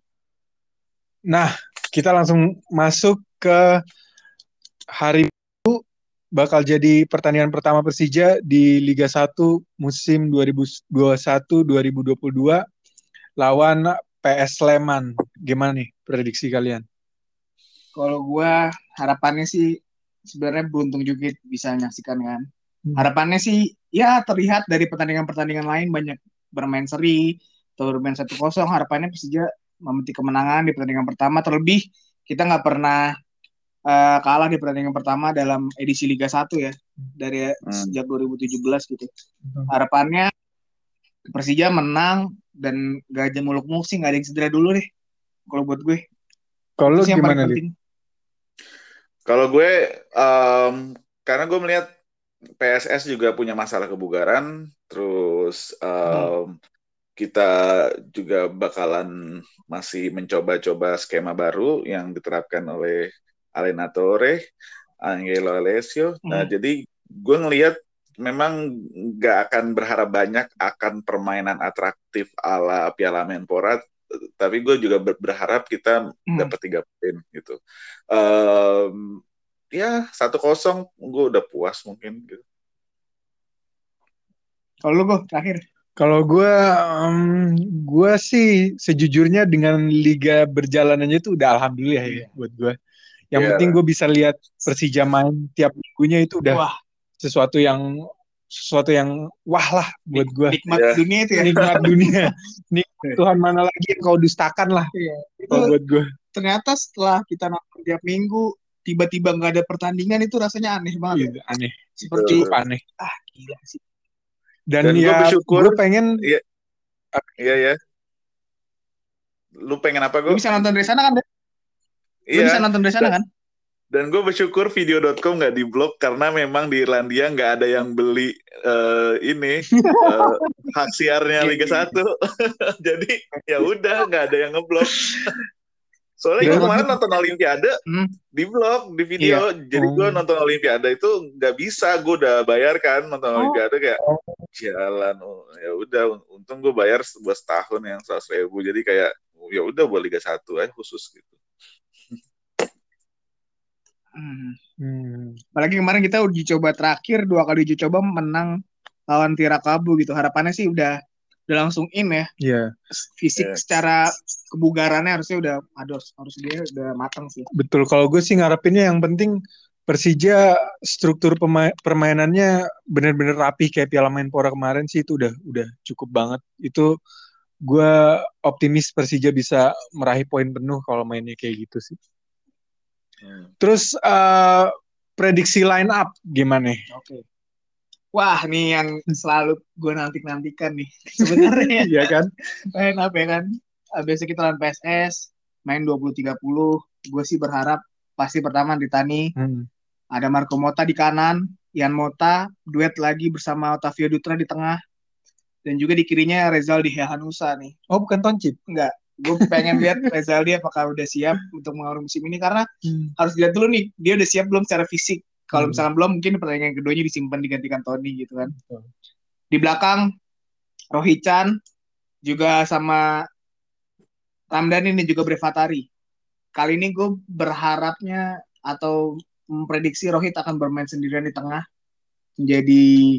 Nah, kita langsung masuk ke hari Minggu, bakal jadi pertandingan pertama Persija di Liga satu musim dua ribu dua puluh satu dua ribu dua puluh dua lawan P S Sleman. Gimana nih prediksi kalian? Kalau gua harapannya sih sebenarnya beruntung juga bisa menyaksikan kan. Harapannya sih ya terlihat dari pertandingan-pertandingan lain banyak bermain seri atau bermain satu kosong. Harapannya Persija memetik kemenangan di pertandingan pertama, terlebih kita nggak pernah uh, kalah di pertandingan pertama dalam edisi Liga satu ya dari Hmm. sejak dua ribu tujuh belas gitu. Harapannya Persija menang dan gak aja muluk-muluk sih, nggak ada yang cedera dulu deh kalau buat gue. Kalau Itu sih yang paling gimana, Lid? penting. Kalau gue, um, karena gue melihat P S S juga punya masalah kebugaran, terus um, kita juga bakalan masih mencoba-coba skema baru yang diterapkan oleh Alena Torre, Angelo Alessio. Nah, Hmm. jadi gue ngelihat memang nggak akan berharap banyak akan permainan atraktif ala Piala Menpora, tapi gue juga ber- berharap kita Hmm. dapat tiga poin gitu. Um, ya satu kosong gue udah puas mungkin gitu. Kalau lu kok terakhir. Kalau gue, um, gue sih sejujurnya dengan liga berjalanannya itu udah alhamdulillah ya Iya. buat gue. Yang Iya. penting gue bisa lihat Persija main tiap minggunya itu udah Wah, sesuatu yang sesuatu yang wah lah buat gue. nikmat Iya. dunia itu ya. Nikmat dunia. Nikmat Tuhan mana lagi yang kau dustakan lah Iya. Itu kalau buat gue. ternyata setelah kita nonton tiap minggu tiba-tiba nggak ada pertandingan itu rasanya aneh banget. Iya, aneh. Seperti Cukup aneh. ah gila sih. Dan, Dan gue ya bersyukur, gue pengen iya, iya ya. Lu pengen apa Lu gue? bisa nonton dari sana kan? Lu bisa Iya. nonton dari sana Dan, kan? dan gue bersyukur video dot com nggak diblok karena memang di Irlandia nggak ada yang beli uh, ini uh, hak siarnya Liga satu. Jadi ya udah nggak ada yang ngeblok. Soalnya gue Dan- kemarin nonton Olimpiade Hmm. di vlog di video, jadi gue Oh. nonton Olimpiade itu nggak bisa, gue udah bayar kan nonton Oh. Olimpiade kayak jalan, oh, ya udah, untung gue bayar buat setahun yang seratus ribu, jadi kayak ya udah buat Liga satu aja khusus gitu. Hmm. Hmm. Apalagi kemarin kita uji coba terakhir dua kali uji coba menang lawan Tirakabu gitu. Harapannya sih udah udah langsung in ya. Iya, Fisik Yes. secara kebugarannya harusnya udah harus harus dia udah matang sih. betul. Kalau gue sih ngarepinnya yang penting Persija struktur pema- permainannya benar-benar rapih kayak Piala Menpora kemarin sih itu udah udah cukup banget. Itu gue optimis Persija bisa meraih poin penuh kalau mainnya kayak gitu sih. Hmm. Terus eh, prediksi line up gimana? Oke. Wah, nih yang selalu gue nanti-nantikan nih sebenarnya. Iya kan? Main apa ya kan? Biasa kita lawan P S S, main dua puluh tiga puluh. Gue sih berharap pasti pertama Ditani, Hmm. ada Marco Mota di kanan, Ian Mota, duet lagi bersama Otavio Dutra di tengah, dan juga di kirinya Rezaldi Hanusa nih. Oh, bukan Toncip? Enggak, gue pengen lihat Rezaldi apakah udah siap untuk mengawal musim ini, karena Hmm. harus dilihat dulu nih, dia udah siap belum secara fisik. Kalau Hmm. misalkan belum, mungkin pertandingan keduanya disimpan digantikan Tony gitu kan. Betul. Di belakang Rohichan juga sama Ramdhani dan juga Brevatari. Kali ini gue berharapnya atau memprediksi Rohit akan bermain sendirian di tengah, menjadi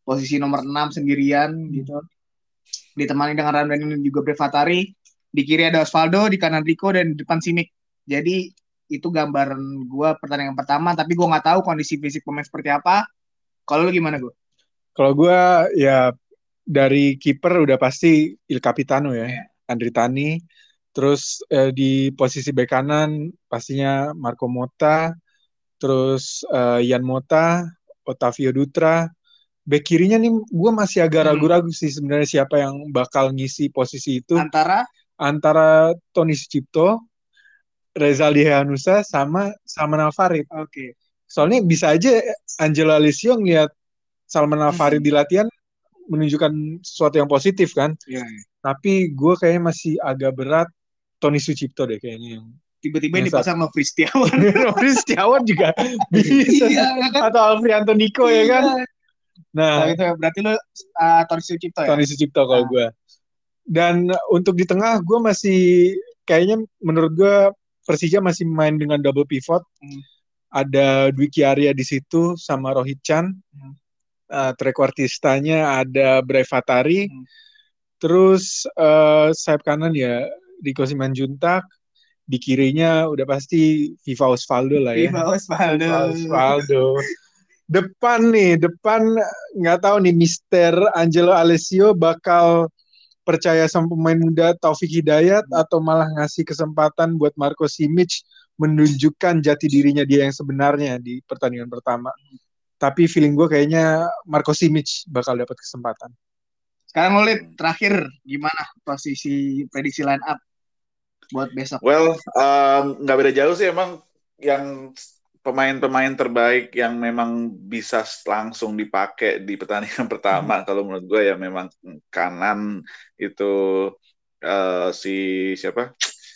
posisi nomor enam sendirian gitu. Ditemani dengan Ramdhani dan juga Brevatari. Di kiri ada Osvaldo, di kanan Rico, dan di depan Simic. Jadi itu gambaran gue pertandingan pertama, tapi gue nggak tahu kondisi fisik pemain seperti apa. Kalau lu gimana gue? Kalau gue ya dari kiper udah pasti Il Capitano ya, Yeah. Andri Tani. Terus eh, di posisi bek kanan pastinya Marco Motta, terus eh, Yan Motta, Otavio Dutra. Bek kirinya nih gue masih agak Hmm. ragu-ragu sih sebenarnya siapa yang bakal ngisi posisi itu Antara antara Tony Sucipto, Rezaldi Hehanussa sama Salman Al Farid. oke. Okay. Soalnya bisa aja Angelo Alessio ngeliat Salman Al Farid Hmm. di latihan menunjukkan sesuatu yang positif kan. Yeah, yeah. Tapi gue kayaknya masih agak berat Tony Sucipto deh kayaknya yang Tiba-tiba yang dipasang Nofri Setiawan. Nofri Setiawan juga bisa. Iya, kan? Atau Alfrianto Niko ya kan. Nah, Oh, itu berarti lu uh, Tony Sucipto ya? Tony Sucipto kalau Nah. gue. Dan untuk di tengah gue masih kayaknya menurut gue Persija masih main dengan double pivot. Hmm. Ada Dwiki Arya di situ sama Rohit Chan. Hmm. Uh, trequartistanya ada Brevatari. Hmm. Terus uh, sayap kanan ya Rico Simanjuntak. Di kirinya udah pasti Viva Osvaldo lah ya. Viva Osvaldo. Viva Osvaldo. Depan nih, depan nggak tahu nih Mister Angelo Alessio bakal percaya sama pemain muda Taufik Hidayat hmm. atau malah ngasih kesempatan buat Marco Simic menunjukkan jati dirinya dia yang sebenarnya di pertandingan pertama. Hmm. Tapi feeling gue kayaknya Marco Simic bakal dapat kesempatan. Sekarang Lid, terakhir gimana posisi prediksi line up buat besok? Well, nggak um, beda jauh sih emang yang pemain-pemain terbaik yang memang bisa langsung dipakai di pertandingan pertama. Hmm. Kalau menurut gue ya memang kanan itu uh, si siapa?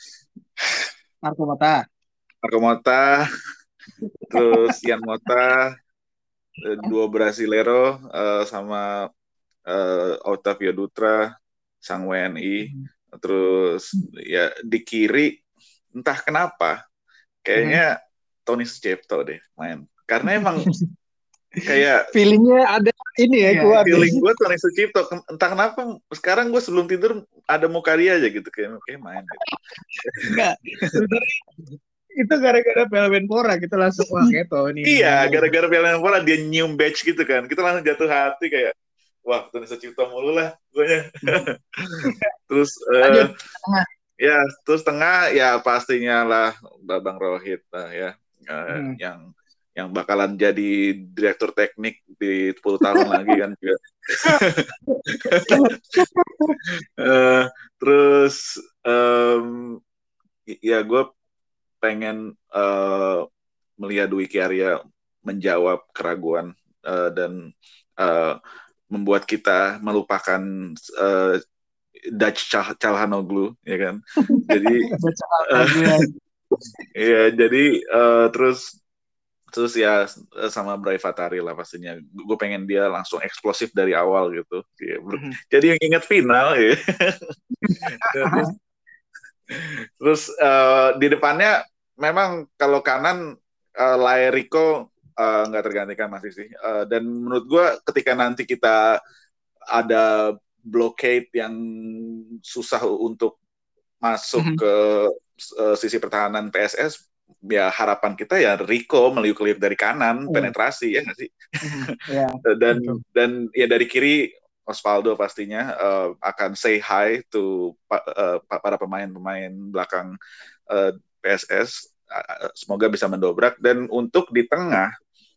Marco Motta. Marco Motta, terus Yan Motta, dua Brasilero uh, sama uh, Otavio Dutra, sang W N I. Hmm. Terus ya di kiri entah kenapa kayaknya hmm. Tony Sucipto deh main karena emang kayak feelingnya ada ini ya, ya kuat feeling gue Tony Sucipto entah kenapa sekarang gue sebelum tidur ada muka dia aja gitu kayak kayak main gitu. Enggak itu gara-gara Piala Menpora kita langsung wah kayak Tony iya gara-gara Piala Menpora dia nyium badge gitu kan kita langsung jatuh hati kayak wah Tony Sucipto mulu lah gue terus uh, ya terus tengah ya pastinya lah Babang Rohit lah ya uh, hmm. yang yang bakalan jadi direktur teknik di sepuluh tahun lagi kan juga uh, terus um, ya gue pengen uh, melihat Dwiki Arya menjawab keraguan uh, dan uh, membuat kita melupakan uh, Dutch Calhanoglu ya kan jadi uh, ya jadi uh, terus terus ya sama Brevatari lah pastinya gue pengen dia langsung eksplosif dari awal gitu ya, mm-hmm. jadi yang ingat final ya terus, terus uh, di depannya memang kalau kanan uh, Laerico nggak uh, tergantikan masih sih uh, dan menurut gue ketika nanti kita ada blockade yang susah untuk masuk mm-hmm. ke uh, sisi pertahanan P S S ya harapan kita ya Rico meliuk-liuk dari kanan mm. penetrasi ya nggak sih mm-hmm. yeah. dan Betul. dan ya dari kiri Osvaldo pastinya uh, akan say hi to uh, para pemain-pemain belakang uh, P S S uh, semoga bisa mendobrak dan untuk di tengah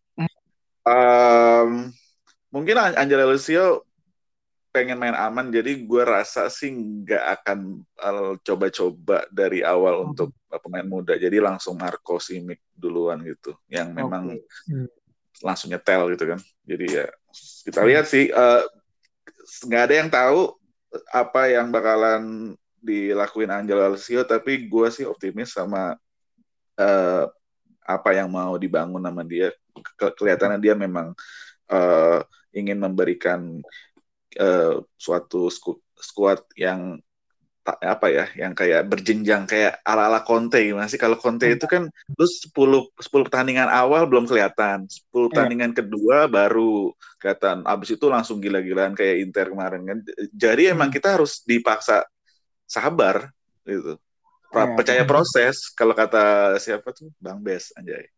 Um, mungkin Angelo Alessio pengen main aman, jadi gue rasa sih nggak akan uh, coba-coba dari awal okay. untuk uh, pemain muda, jadi langsung Marco Simic duluan gitu, yang memang okay. langsung nyetel gitu kan. Jadi ya kita lihat sih, nggak uh, ada yang tahu apa yang bakalan dilakuin Angelo Alessio, tapi gue sih optimis sama uh, apa yang mau dibangun sama dia. Ke- kelihatannya dia memang uh, ingin memberikan uh, suatu sku- skuad yang apa ya, yang kayak berjenjang kayak ala-ala Conte gimana sih? Kalau Conte itu kan lu sepuluh sepuluh pertandingan awal belum kelihatan, sepuluh pertandingan kedua baru kelihatan, abis itu langsung gila-gilaan kayak Inter kemarin kan. Jadi emang kita harus dipaksa sabar gitu. Percaya proses kalau kata siapa tuh Bang Bes anjay.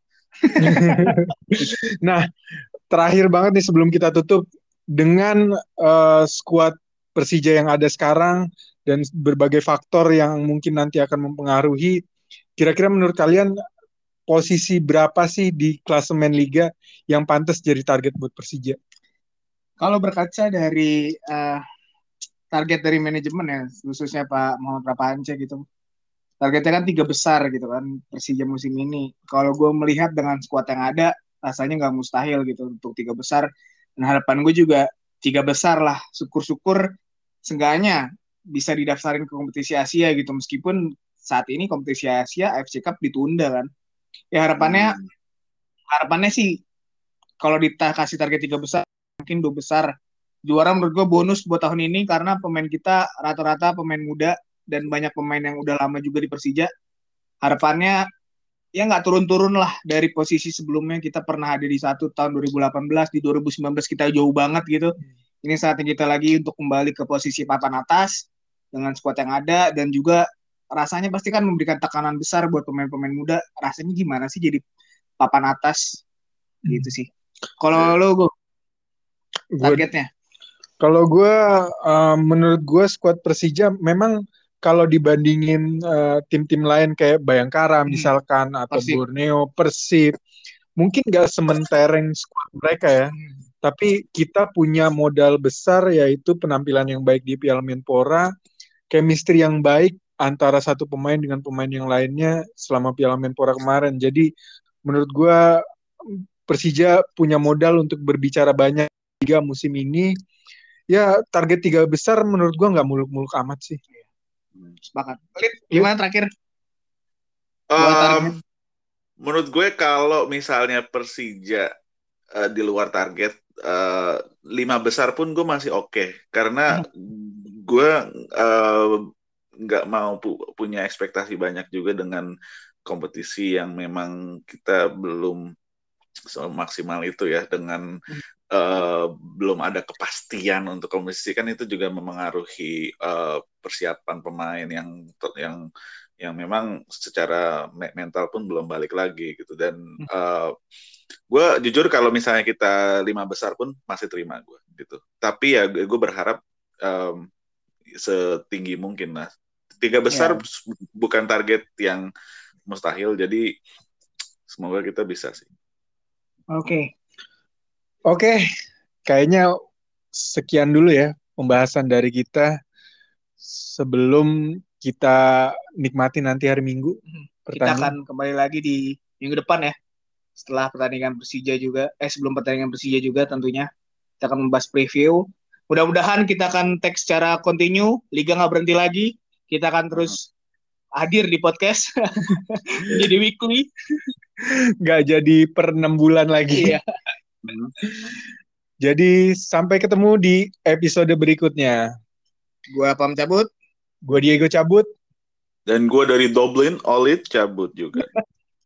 Nah, terakhir banget nih sebelum kita tutup, dengan uh, skuad Persija yang ada sekarang dan berbagai faktor yang mungkin nanti akan mempengaruhi, kira-kira menurut kalian posisi berapa sih di klasemen Liga yang pantas jadi target buat Persija? Kalau berkaca dari uh, target dari manajemen ya, khususnya Pak Muhammad Rapance gitu, targetnya kan tiga besar gitu kan Persija musim ini. Kalau gue melihat dengan skuad yang ada, rasanya nggak mustahil gitu untuk tiga besar. Dan harapan gue juga tiga besar lah. Syukur-syukur seenggaknya bisa didaftarin ke kompetisi Asia gitu. Meskipun saat ini kompetisi Asia A F C Cup ditunda kan. Ya harapannya hmm. harapannya sih kalau dikasih target tiga besar, mungkin dua besar. Juara menurut gue bonus buat tahun ini karena pemain kita rata-rata pemain muda dan banyak pemain yang udah lama juga di Persija. Harapannya ya nggak turun-turun lah dari posisi sebelumnya. Kita pernah ada di satu tahun dua ribu delapan belas, di dua ribu sembilan belas kita jauh banget gitu. Ini saatnya kita lagi untuk kembali ke posisi papan atas dengan skuad yang ada, dan juga rasanya pasti kan memberikan tekanan besar buat pemain-pemain muda. Rasanya gimana sih jadi papan atas gitu sih. Kalau lo gue targetnya? Kalau gue, uh, menurut gue skuad Persija memang kalau dibandingin uh, tim-tim lain kayak Bayangkara hmm. misalkan atau Persib. Borneo, Persib, mungkin nggak sementereng skuad mereka ya. Hmm. Tapi kita punya modal besar yaitu penampilan yang baik di Piala Menpora, chemistry yang baik antara satu pemain dengan pemain yang lainnya selama Piala Menpora kemarin. Jadi menurut gue Persija punya modal untuk berbicara banyak Liga musim ini. Ya target tiga besar menurut gue nggak muluk-muluk amat sih. Sepakat. Lid, gimana terakhir? Um, menurut gue kalau misalnya Persija uh, di luar target uh, lima besar pun gue masih oke okay. Karena hmm. gue nggak uh, mau pu- punya ekspektasi banyak juga dengan kompetisi yang memang kita belum semaksimal itu ya, dengan Uh, belum ada kepastian untuk kompetisi kan, itu juga memengaruhi uh, persiapan pemain yang yang yang memang secara mental pun belum balik lagi gitu. Dan uh, gue jujur kalau misalnya kita lima besar pun masih terima gue gitu. Tapi ya gue berharap um, setinggi mungkin lah. Tiga besar yeah. bukan target yang mustahil, jadi semoga kita bisa sih. Oke. Okay. Oke, kayaknya sekian dulu ya pembahasan dari kita sebelum kita nikmati nanti hari Minggu. Kita akan kembali lagi di minggu depan ya, setelah pertandingan Persija juga, eh sebelum pertandingan Persija juga tentunya. Kita akan membahas preview. Mudah-mudahan kita akan tag secara kontinu, Liga nggak berhenti lagi. Kita akan terus hadir di podcast, jadi weekly. Nggak jadi per enam bulan lagi. Iya. Jadi sampai ketemu di episode berikutnya. Gua Pam cabut. Gua Diego cabut. Dan gua dari Dublin, Olit cabut juga.